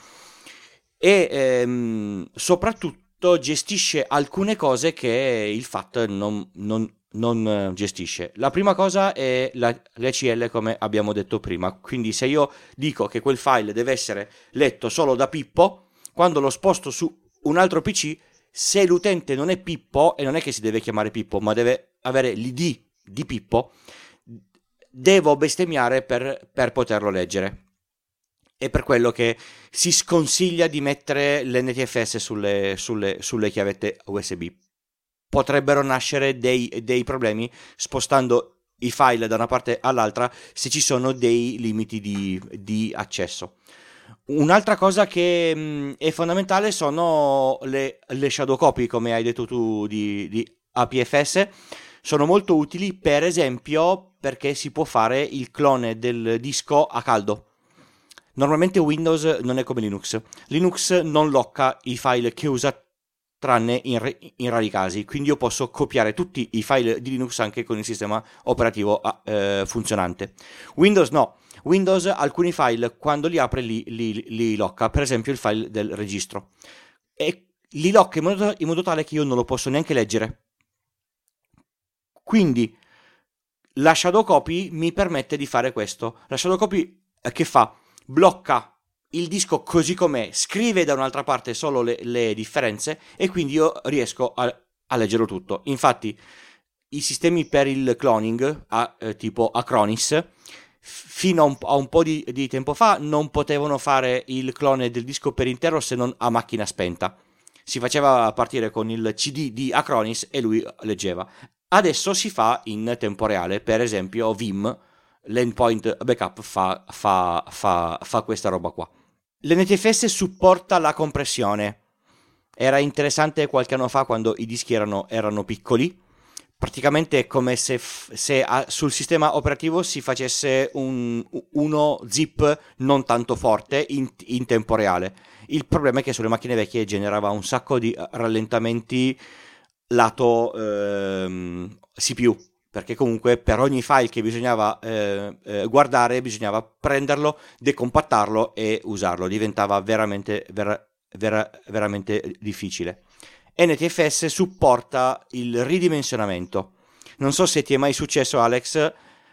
e soprattutto gestisce alcune cose che il FAT non gestisce. La prima cosa è l'ECL, come abbiamo detto prima. Quindi se io dico che quel file deve essere letto solo da Pippo, quando lo sposto su un altro PC, se l'utente non è Pippo, e non è che si deve chiamare Pippo, ma deve avere l'ID di Pippo, devo bestemmiare per poterlo leggere. È per quello che si sconsiglia di mettere l'NTFS sulle chiavette USB. Potrebbero nascere dei problemi spostando i file da una parte all'altra se ci sono dei limiti di accesso. Un'altra cosa che è fondamentale sono le shadow copy, come hai detto tu, di APFS. Sono molto utili, per esempio, perché si può fare il clone del disco a caldo. Normalmente Windows non è come Linux. Linux non locca i file che usa, tranne in rari casi. Quindi io posso copiare tutti i file di Linux anche con il sistema operativo funzionante. Windows no. Windows alcuni file, quando li apre, li locca. Per esempio il file del registro. E li locca in modo tale che io non lo posso neanche leggere. Quindi la shadow copy mi permette di fare questo. La shadow copy che fa? Blocca il disco così com'è, scrive da un'altra parte solo le differenze, e quindi io riesco a leggerlo tutto. Infatti i sistemi per il cloning, tipo Acronis, fino a un po' di tempo fa non potevano fare il clone del disco per intero se non a macchina spenta. Si faceva partire con il CD di Acronis e lui leggeva. Adesso si fa in tempo reale, per esempio Vim, l'endpoint backup fa questa roba qua. L'NTFS supporta la compressione. Era interessante qualche anno fa, quando i dischi erano piccoli. Praticamente è come se sul sistema operativo si facesse uno zip non tanto forte in tempo reale. Il problema è che sulle macchine vecchie generava un sacco di rallentamenti lato CPU, perché comunque per ogni file che bisognava guardare bisognava prenderlo, decompattarlo e usarlo. Diventava veramente difficile. NTFS supporta il ridimensionamento. Non so se ti è mai successo, Alex,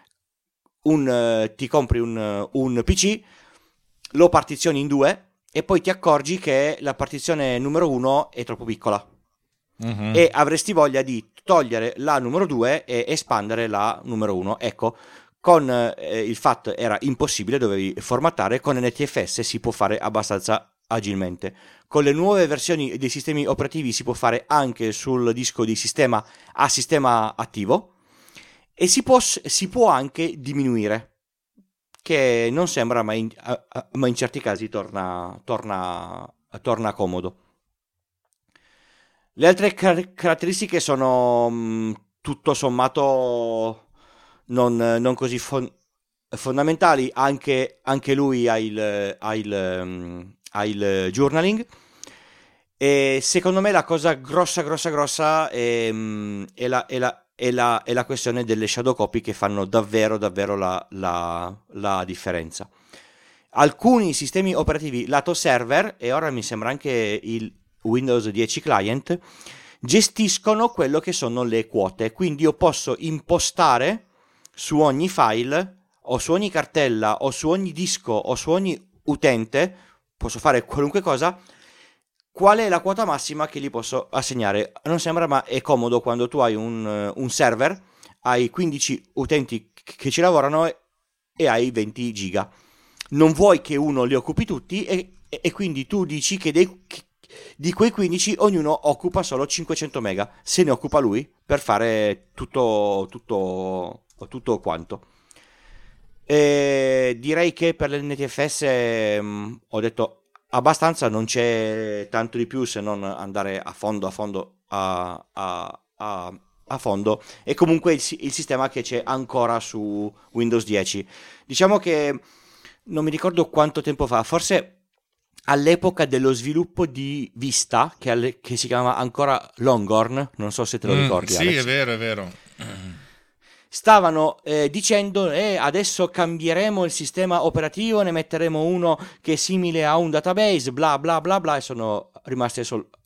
ti compri un PC, lo partizioni in due e poi ti accorgi che la partizione numero 1 è troppo piccola. Mm-hmm. E avresti voglia di togliere la numero 2 e espandere la numero 1. Ecco, con il FAT era impossibile, dovevi formattare. Con NTFS si può fare abbastanza agilmente. Con le nuove versioni dei sistemi operativi si può fare anche sul disco di sistema a sistema attivo, e si può anche diminuire, che non sembra, ma in certi casi torna comodo. Le altre caratteristiche sono tutto sommato non così fondamentali. Anche lui ha il journaling, e secondo me la cosa grossa è la questione delle shadow copy, che fanno davvero la differenza. Alcuni sistemi operativi lato server, e ora mi sembra anche il Windows 10 client, gestiscono quello che sono le quote. Quindi io posso impostare su ogni file, o su ogni cartella, o su ogni disco, o su ogni utente, posso fare qualunque cosa, qual è la quota massima che gli posso assegnare. Non sembra, ma è comodo quando tu hai un server, hai 15 utenti che ci lavorano e hai 20 giga. Non vuoi che uno li occupi tutti, e quindi tu dici che di quei 15 ognuno occupa solo 500 mega, se ne occupa lui per fare tutto quanto. Direi che per l'NTFS ho detto abbastanza, non c'è tanto di più se non andare a fondo e comunque il sistema che c'è ancora su Windows 10. Diciamo che non mi ricordo quanto tempo fa, forse all'epoca dello sviluppo di Vista, che si chiama ancora Longhorn, non so se te lo ricordi, sì, Alex. è vero, è vero. Stavano dicendo adesso cambieremo il sistema operativo, ne metteremo uno che è simile a un database, bla bla bla bla, e sono rimaste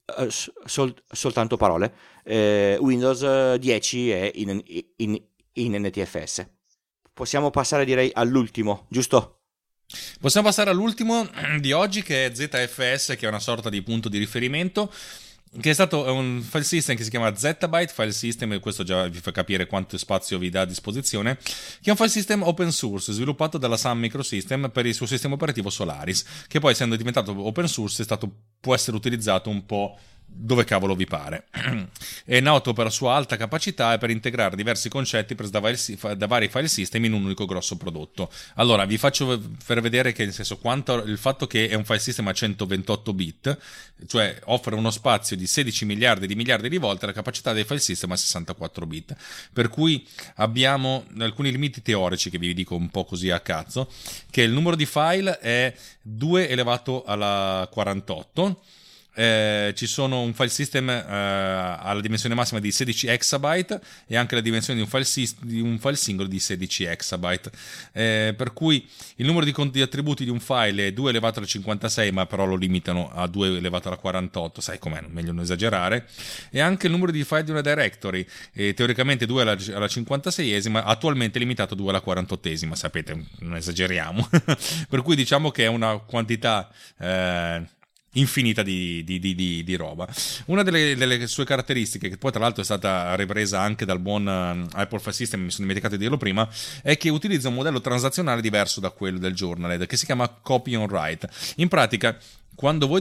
soltanto parole. Windows 10 è in NTFS. Possiamo passare, direi, all'ultimo, giusto? Possiamo passare all'ultimo di oggi, che è ZFS, che è una sorta di punto di riferimento, che è stato un file system che si chiama Zettabyte File System, e questo già vi fa capire quanto spazio vi dà a disposizione, che è un file system open source sviluppato dalla Sun Microsystem per il suo sistema operativo Solaris, che poi, essendo diventato open source, può essere utilizzato un po' dove cavolo vi pare. È noto per la sua alta capacità e per integrare diversi concetti presi da vari file system in un unico grosso prodotto. Allora, vi faccio per vedere che, nel senso, quanto il fatto che è un file system a 128 bit, cioè offre uno spazio di 16 miliardi di volte la capacità dei file system a 64 bit, per cui abbiamo alcuni limiti teorici che vi dico un po' così a cazzo, che il numero di file è 2 elevato alla 48. Ci sono un file system alla dimensione massima di 16 exabyte e anche la dimensione di un file singolo di 16 exabyte, per cui il numero di attributi di un file è 2 elevato alla 56, ma però lo limitano a 2 elevato alla 48, sai com'è, meglio non esagerare. E anche il numero di file di una directory, teoricamente 2 alla 56esima, attualmente limitato a 2 alla 48esima, sapete, non esageriamo. Per cui diciamo che è una quantità infinita di roba. Una delle sue caratteristiche, che poi tra l'altro è stata ripresa anche dal buon Apple File System, mi sono dimenticato di dirlo prima, è che utilizza un modello transazionale diverso da quello del Journaled, che si chiama copy on write. In pratica, quando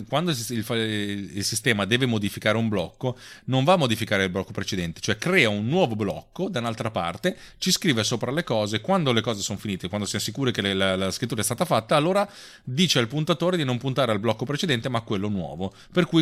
il sistema deve modificare un blocco, non va a modificare il blocco precedente, cioè crea un nuovo blocco da un'altra parte, ci scrive sopra le cose, quando le cose sono finite, quando siamo sicuri che la scrittura è stata fatta, allora dice al puntatore di non puntare al blocco precedente ma a quello nuovo, per cui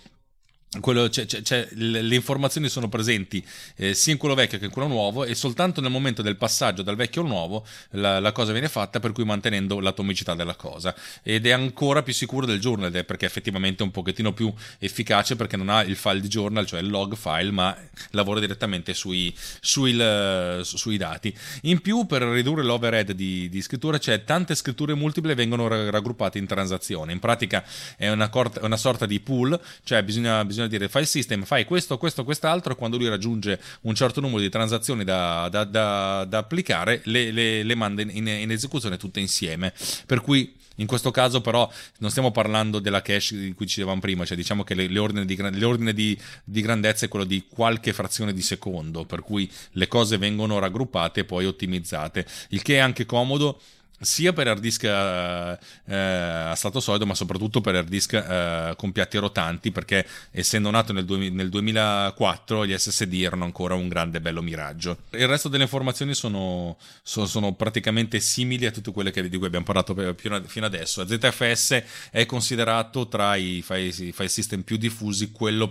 le informazioni sono presenti sia in quello vecchio che in quello nuovo, e soltanto nel momento del passaggio dal vecchio al nuovo la cosa viene fatta, per cui mantenendo l'atomicità della cosa, ed è ancora più sicuro del journal, perché effettivamente è un pochettino più efficace, perché non ha il file di journal, cioè il log file, ma lavora direttamente sui dati. In più, per ridurre l'overhead di scrittura, c'è tante scritture multiple vengono raggruppate in transazione. In pratica è una sorta di pool, cioè bisogna dire file system fai questo, quest'altro, e quando lui raggiunge un certo numero di transazioni da applicare, le manda in esecuzione tutte insieme. Per cui in questo caso però non stiamo parlando della cache di cui dicevamo prima, cioè diciamo che l'ordine di grandezza è quello di qualche frazione di secondo, per cui le cose vengono raggruppate e poi ottimizzate, il che è anche comodo sia per hard disk a stato solido, ma soprattutto per hard disk con piatti rotanti, perché essendo nato nel 2004 gli SSD erano ancora un grande bello miraggio. Il resto delle informazioni sono praticamente simili a tutte quelle di cui abbiamo parlato fino adesso. ZFS è considerato tra i file system più diffusi quello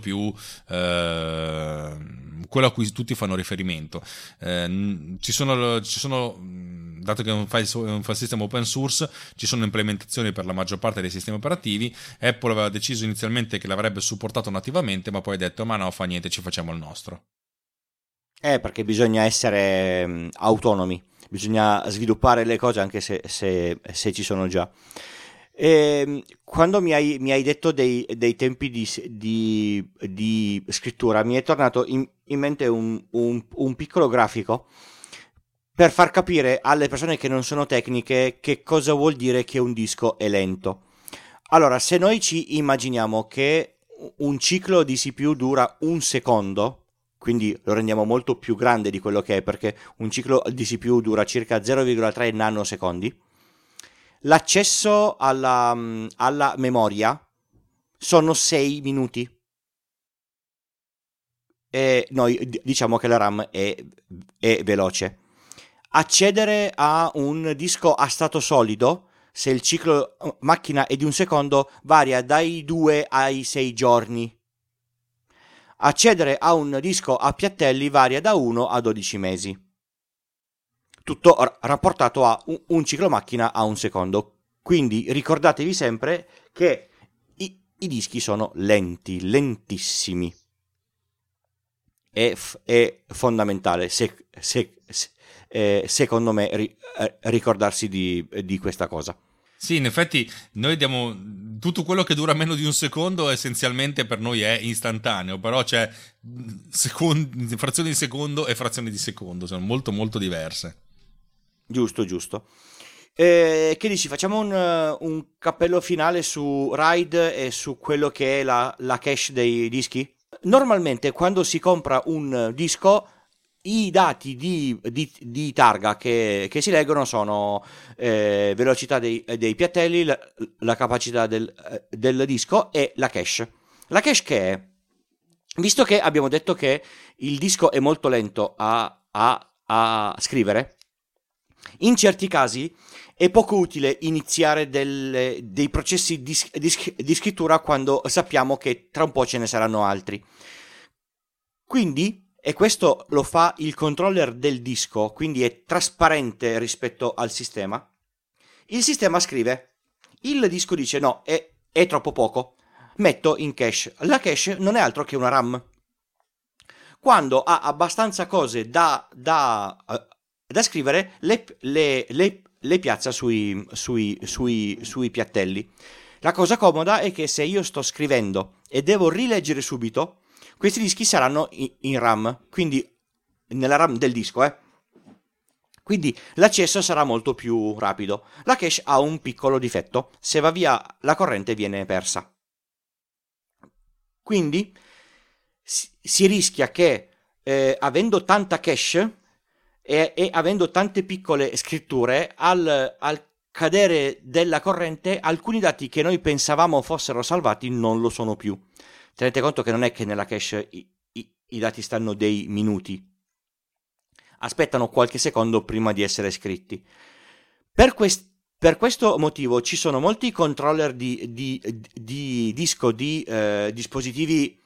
a cui tutti fanno riferimento. Ci sono dato che è un file system open source, ci sono implementazioni per la maggior parte dei sistemi operativi. Apple aveva deciso inizialmente che l'avrebbe supportato nativamente, ma poi ha detto ma no, fa niente, ci facciamo il nostro. Perché bisogna essere autonomi, bisogna sviluppare le cose anche se ci sono già. Quando mi hai detto dei tempi di scrittura, mi è tornato in mente un piccolo grafico per far capire alle persone che non sono tecniche che cosa vuol dire che un disco è lento. Allora, se noi ci immaginiamo che un ciclo di CPU dura un secondo, quindi lo rendiamo molto più grande di quello che è, perché un ciclo di CPU dura circa 0,3 nanosecondi, l'accesso alla memoria sono 6 minuti. E noi diciamo che la RAM è veloce. Accedere a un disco a stato solido, se il ciclo macchina è di un secondo, varia dai 2 ai 6 giorni. Accedere a un disco a piattelli varia da 1 a 12 mesi. Tutto rapportato a un ciclo macchina a un secondo. Quindi ricordatevi sempre che i dischi sono lentissimi. È fondamentale, secondo me, ricordarsi di questa cosa. Sì, in effetti noi diamo tutto quello che dura meno di un secondo, essenzialmente per noi è istantaneo, però c'è frazioni di secondo e frazioni di secondo, sono molto molto diverse. Giusto. Che dici? Facciamo un cappello finale su RAID e su quello che è la cache dei dischi? Normalmente quando si compra un disco i dati di targa che si leggono sono velocità dei piattelli, la capacità del disco e la cache. La cache che è? Visto che abbiamo detto che il disco è molto lento a scrivere, in certi casi è poco utile iniziare dei processi di scrittura quando sappiamo che tra un po' ce ne saranno altri. Quindi, e questo lo fa il controller del disco, quindi è trasparente rispetto al sistema, il sistema scrive, il disco dice no, è troppo poco, metto in cache. La cache non è altro che una RAM. Quando ha abbastanza cose da scrivere, le piazza sui piattelli. La cosa comoda è che se io sto scrivendo e devo rileggere subito, questi dischi saranno in RAM, quindi nella RAM del disco, Quindi l'accesso sarà molto più rapido. La cache ha un piccolo difetto: se va via la corrente viene persa. Quindi si rischia che avendo tanta cache e avendo tante piccole scritture, al cadere della corrente alcuni dati che noi pensavamo fossero salvati non lo sono più. Tenete conto che non è che nella cache i dati stanno dei minuti, aspettano qualche secondo prima di essere scritti. Per questo motivo ci sono molti controller di disco, di dispositivi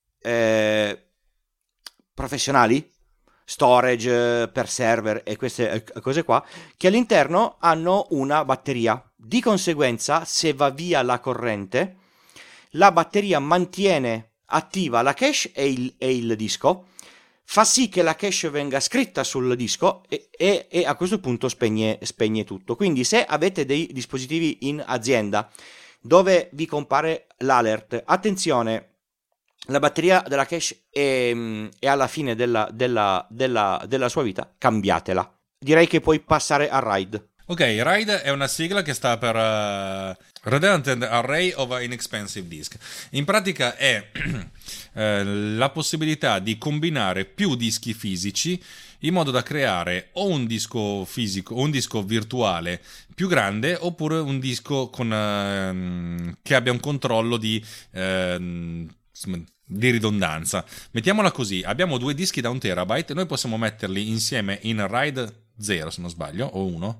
professionali, storage per server e queste cose qua, che all'interno hanno una batteria. Di conseguenza, se va via la corrente, la batteria mantiene attiva la cache e il disco, fa sì che la cache venga scritta sul disco e a questo punto spegne tutto. Quindi se avete dei dispositivi in azienda dove vi compare l'alert, attenzione, la batteria della cache è alla fine della sua vita, cambiatela. Direi che puoi passare a RAID. Ok, RAID è una sigla che sta per Redundant Array of Inexpensive Disk. In pratica è la possibilità di combinare più dischi fisici in modo da creare o un disco fisico o un disco virtuale più grande, oppure un disco che abbia un controllo di ridondanza. Mettiamola così: abbiamo 2 dischi da 1 terabyte e noi possiamo metterli insieme in RAID 0, se non sbaglio, o 1.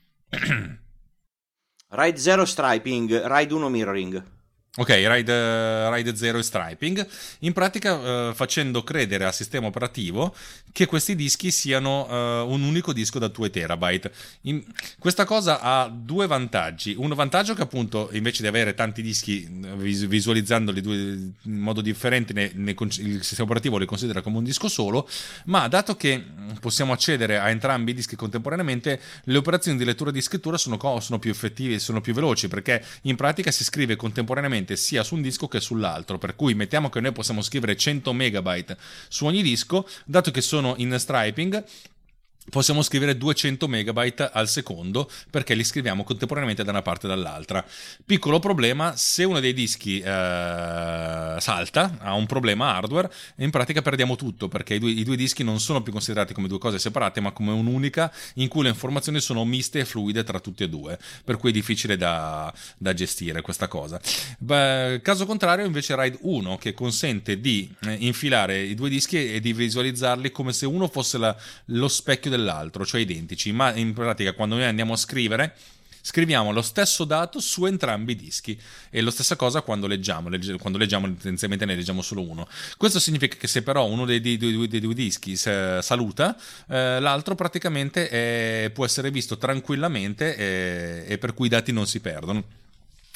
RAID 0 striping, RAID 1 mirroring. Ok, RAID 0 e striping, in pratica facendo credere al sistema operativo che questi dischi siano un unico disco da 2 terabyte. Questa cosa ha 2 vantaggi. Un vantaggio che appunto, invece di avere tanti dischi visualizzandoli in modo differente, il sistema operativo li considera come un disco solo, ma dato che possiamo accedere a entrambi i dischi contemporaneamente, le operazioni di lettura e di scrittura sono più effettive, sono più veloci, perché in pratica si scrive contemporaneamente sia su un disco che sull'altro, per cui mettiamo che noi possiamo scrivere 100 megabyte su ogni disco, dato che sono in striping possiamo scrivere 200 megabyte al secondo, perché li scriviamo contemporaneamente da una parte e dall'altra. Piccolo problema: se uno dei dischi salta, ha un problema hardware, in pratica perdiamo tutto, perché i due dischi non sono più considerati come 2 cose separate, ma come un'unica, in cui le informazioni sono miste e fluide tra tutti e 2, per cui è difficile da gestire questa cosa. Caso contrario invece RAID 1, che consente di infilare i 2 dischi e di visualizzarli come se uno fosse lo specchio dell'altro, cioè identici, ma in pratica quando noi andiamo a scriviamo lo stesso dato su entrambi i dischi, e la stessa cosa quando leggiamo tendenzialmente ne leggiamo solo uno. Questo significa che se però uno dei due dischi saluta, l'altro praticamente può essere visto tranquillamente, e per cui i dati non si perdono.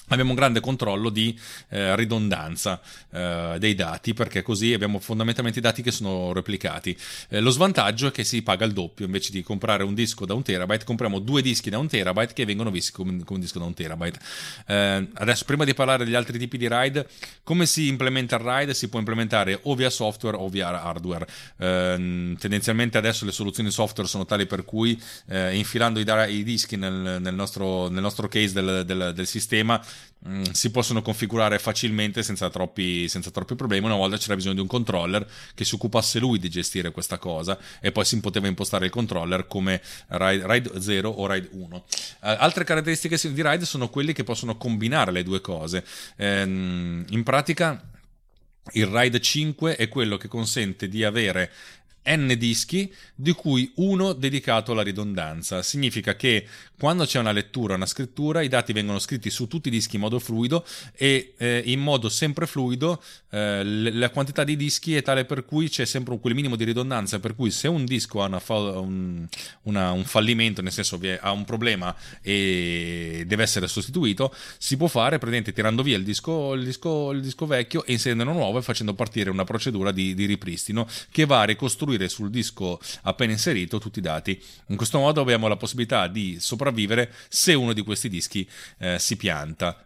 abbiamo un grande controllo di ridondanza dei dati, perché così abbiamo fondamentalmente i dati che sono replicati. Lo svantaggio è che si paga il doppio: invece di comprare un disco da 1 terabyte compriamo 2 dischi da 1 terabyte che vengono visti come un disco da 1 terabyte. Adesso, prima di parlare degli altri tipi di RAID, come si implementa il RAID? Si può implementare o via software o via hardware. Tendenzialmente adesso le soluzioni software sono tali per cui infilando i dischi nel nostro case del sistema si possono configurare facilmente senza troppi problemi. Una volta c'era bisogno di un controller che si occupasse lui di gestire questa cosa, e poi si poteva impostare il controller come RAID 0 o RAID 1. Altre caratteristiche di RAID sono quelli che possono combinare le due cose. In pratica il RAID 5 è quello che consente di avere N dischi, di cui uno dedicato alla ridondanza. Significa che quando c'è una lettura, una scrittura, i dati vengono scritti su tutti i dischi in modo fluido, e in modo sempre fluido la quantità di dischi è tale per cui c'è sempre quel minimo di ridondanza, per cui se un disco ha un fallimento, nel senso ha un problema e deve essere sostituito, si può fare praticamente tirando via il disco vecchio e inserendo uno nuovo e facendo partire una procedura di ripristino che va a ricostruire sul disco appena inserito tutti i dati. In questo modo abbiamo la possibilità di sopravvivere se uno di questi dischi si pianta.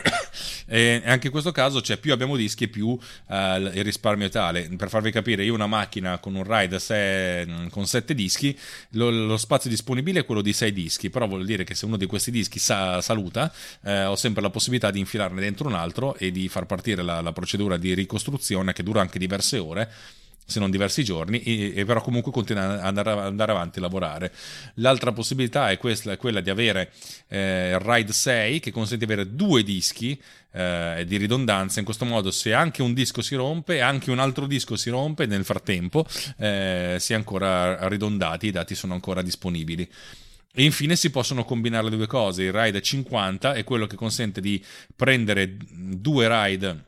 E anche in questo caso, cioè, più abbiamo dischi e più il risparmio è tale. Per farvi capire, io ho una macchina con un RAID con 7 dischi, lo spazio disponibile è quello di 6 dischi, però vuol dire che se uno di questi dischi saluta, ho sempre la possibilità di infilarne dentro un altro e di far partire la procedura di ricostruzione, che dura anche diverse ore, se non diversi giorni, e però comunque continua ad andare avanti a lavorare. L'altra possibilità è quella di avere RAID 6, che consente di avere 2 dischi di ridondanza. In questo modo, se anche un disco si rompe, anche un altro disco si rompe, nel frattempo si è ancora ridondati, i dati sono ancora disponibili. E infine si possono combinare le due cose. Il RAID 50 è quello che consente di prendere 2 RAID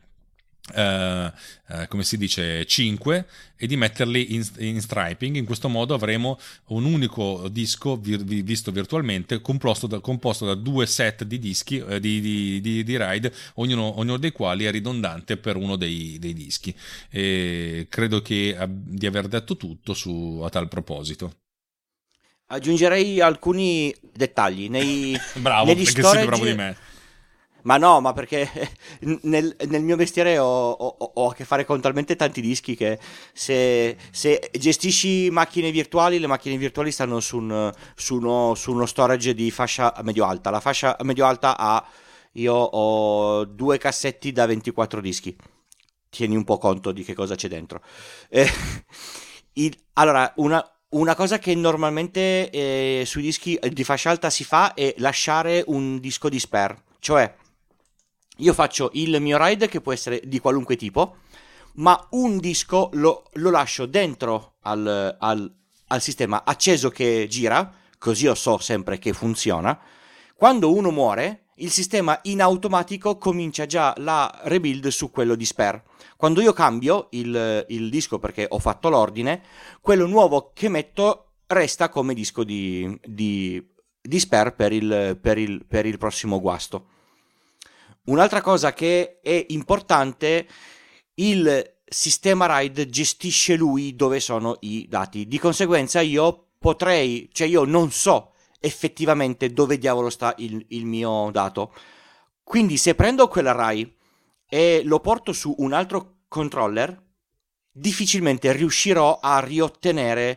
come si dice 5 e di metterli in striping. In questo modo avremo un unico disco visto virtualmente, composto da 2 set di dischi di RAID, ognuno dei quali è ridondante per uno dei dischi. E credo di aver detto tutto a tal proposito. Aggiungerei alcuni dettagli bravo, negli perché storage. sei più bravo di me. Ma no, ma perché nel mio mestiere ho a che fare con talmente tanti dischi che se gestisci macchine virtuali, le macchine virtuali stanno su uno storage di fascia medio-alta. La fascia medio-alta io ho 2 cassetti da 24 dischi. Tieni un po' conto di che cosa c'è dentro. Allora, una cosa che normalmente sui dischi di fascia alta si fa è lasciare un disco di spare. Cioè, io faccio il mio RAID, che può essere di qualunque tipo, ma un disco lo lascio dentro al sistema acceso che gira, così io so sempre che funziona. Quando uno muore, il sistema in automatico comincia già la rebuild su quello di spare. Quando io cambio il disco, perché ho fatto l'ordine, quello nuovo che metto resta come disco di spare per il prossimo guasto. Un'altra cosa che è importante: il sistema RAID gestisce lui dove sono i dati. Di conseguenza io non so effettivamente dove diavolo sta il mio dato. Quindi se prendo quella RAI e lo porto su un altro controller, difficilmente riuscirò a riottenere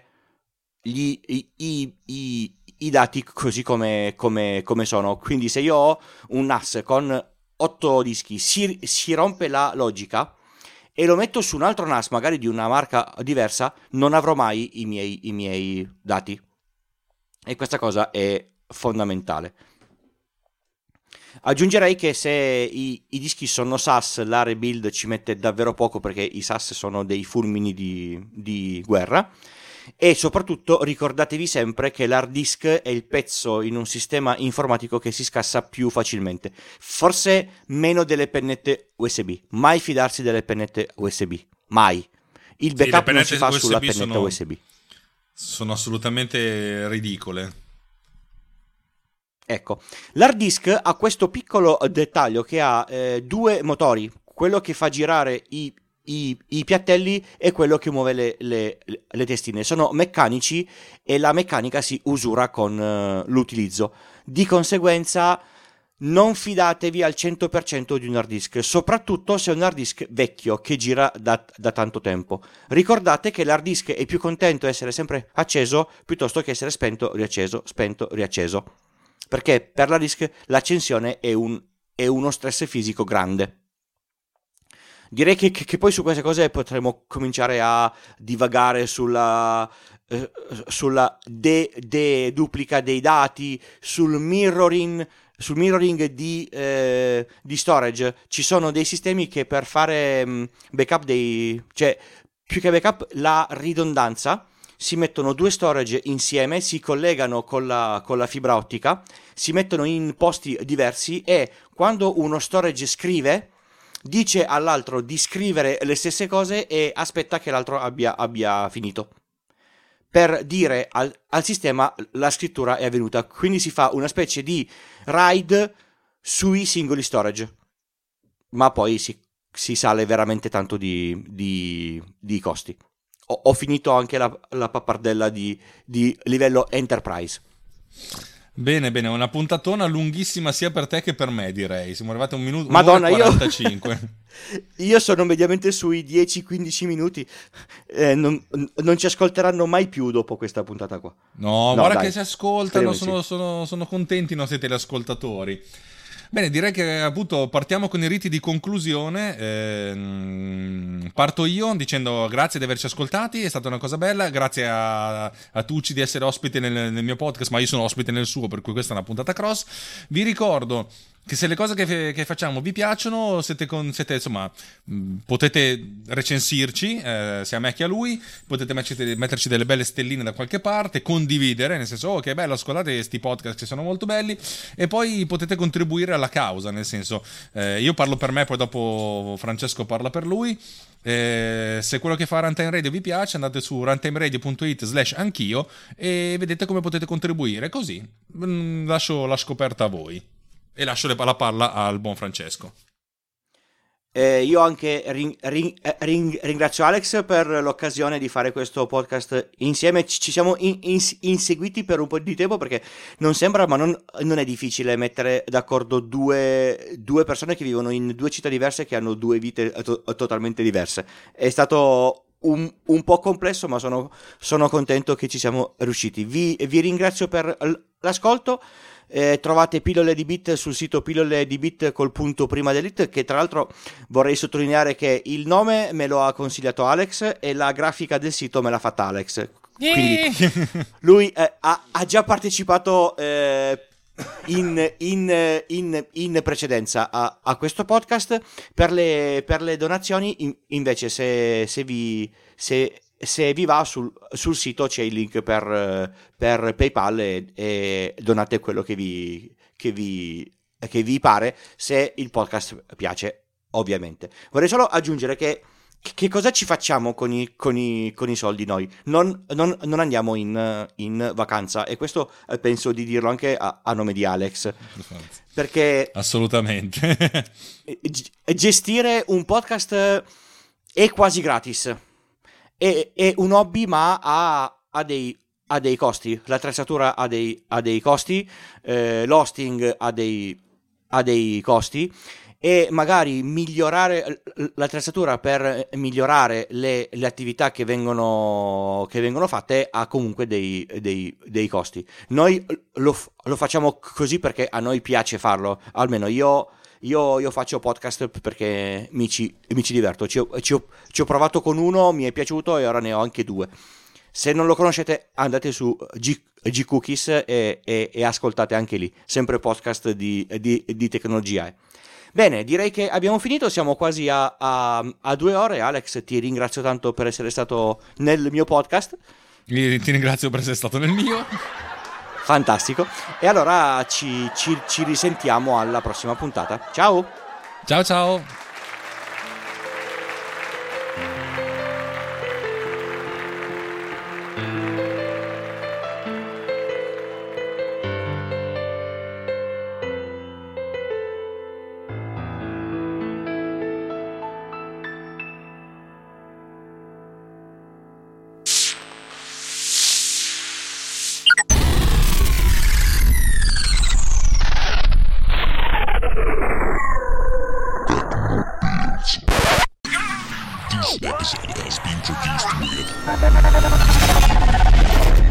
i dati così come sono. Quindi se io ho un NAS con 8 dischi, si rompe la logica e lo metto su un altro NAS, magari di una marca diversa, non avrò mai i miei dati. E questa cosa è fondamentale. Aggiungerei che se i dischi sono SAS, la rebuild ci mette davvero poco, perché i SAS sono dei fulmini di guerra. E soprattutto ricordatevi sempre che l'hard disk è il pezzo in un sistema informatico che si scassa più facilmente. Forse meno delle pennette USB. Mai fidarsi delle pennette USB. Mai. Il backup non si fa sulla pennetta USB. Sono assolutamente ridicole. Ecco, l'hard disk ha questo piccolo dettaglio che ha due motori, quello che fa girare i piattelli e quello che muove le testine. Sono meccanici e la meccanica si usura con l'utilizzo. Di conseguenza non fidatevi al 100% di un hard disk, soprattutto se è un hard disk vecchio che gira da tanto tempo. Ricordate che l'hard disk è più contento di essere sempre acceso piuttosto che essere spento, riacceso. Perché per l'hard disk l'accensione è uno stress fisico grande. Direi che poi su queste cose potremo cominciare a divagare sulla deduplica dei dati, sul mirroring di storage. Ci sono dei sistemi che per fare backup cioè più che backup, la ridondanza, si mettono due storage insieme, si collegano con la fibra ottica, si mettono in posti diversi e quando uno storage scrive dice all'altro di scrivere le stesse cose e aspetta che l'altro abbia finito per dire al sistema la scrittura è avvenuta. Quindi si fa una specie di RAID sui singoli storage, ma poi si sale veramente tanto di costi. Ho finito anche la pappardella di livello Enterprise. Bene, una puntatona lunghissima sia per te che per me, direi. Siamo arrivati a un minuto, Madonna, 45. Io sono mediamente sui 10-15 minuti. Non ci ascolteranno mai più dopo questa puntata qua. No, guarda dai. che si ascoltano, Speriamo sono contenti i nostri teleascoltatori. Bene, direi che appunto partiamo con i riti di conclusione. Parto io dicendo grazie di averci ascoltati, è stata una cosa bella, grazie a Tucci di essere ospite nel mio podcast, ma io sono ospite nel suo, per cui questa è una puntata cross. Vi ricordo che se le cose che facciamo vi piacciono, siete insomma, potete recensirci, sia a me che a lui, potete metterci delle belle stelline da qualche parte, condividere, nel senso, oh che bello, ascoltate questi podcast che sono molto belli, e poi potete contribuire alla causa, nel senso, io parlo per me, poi dopo Francesco parla per lui. Se quello che fa Runtime Radio vi piace, andate su runtimeradio.it/anch'io e vedete come potete contribuire, così lascio la scoperta a voi. E lascio la palla al buon Francesco. Io anche ringrazio Alex per l'occasione di fare questo podcast insieme. Ci siamo inseguiti per un po' di tempo perché non sembra, ma non è difficile mettere d'accordo due persone che vivono in due città diverse che hanno due vite totalmente diverse. È stato un po' complesso, ma sono contento che ci siamo riusciti. Vi ringrazio per l'ascolto. Trovate Pillole di Bit sul sito Pillole di Bit col punto prima dell'it, che tra l'altro vorrei sottolineare che il nome me lo ha consigliato Alex e la grafica del sito me l'ha fatta Alex, quindi lui ha già partecipato in precedenza a questo podcast. Per le donazioni invece se vi va sul sito c'è il link per PayPal e donate quello che vi pare, se il podcast piace, ovviamente. Vorrei solo aggiungere che cosa ci facciamo con i soldi noi? Non andiamo in vacanza, e questo penso di dirlo anche a nome di Alex, perché assolutamente gestire un podcast è quasi gratis. È un hobby, ma ha dei costi. L'attrezzatura ha dei costi, l'hosting ha dei costi, e magari migliorare l'attrezzatura per migliorare le attività che vengono fatte ha comunque dei costi. Noi lo facciamo così perché a noi piace farlo, almeno io faccio podcast perché mi ci diverto. Ci ho provato con uno, mi è piaciuto e ora ne ho anche due. Se non lo conoscete, andate su G Cookies e ascoltate anche lì, sempre podcast di tecnologia. Bene, direi che abbiamo finito, siamo quasi a 2 ore. Alex, ti ringrazio tanto per essere stato nel mio podcast. Ti ringrazio per essere stato nel mio. Fantastico. E allora ci risentiamo alla prossima puntata. Ciao. Ciao. episode has been produced with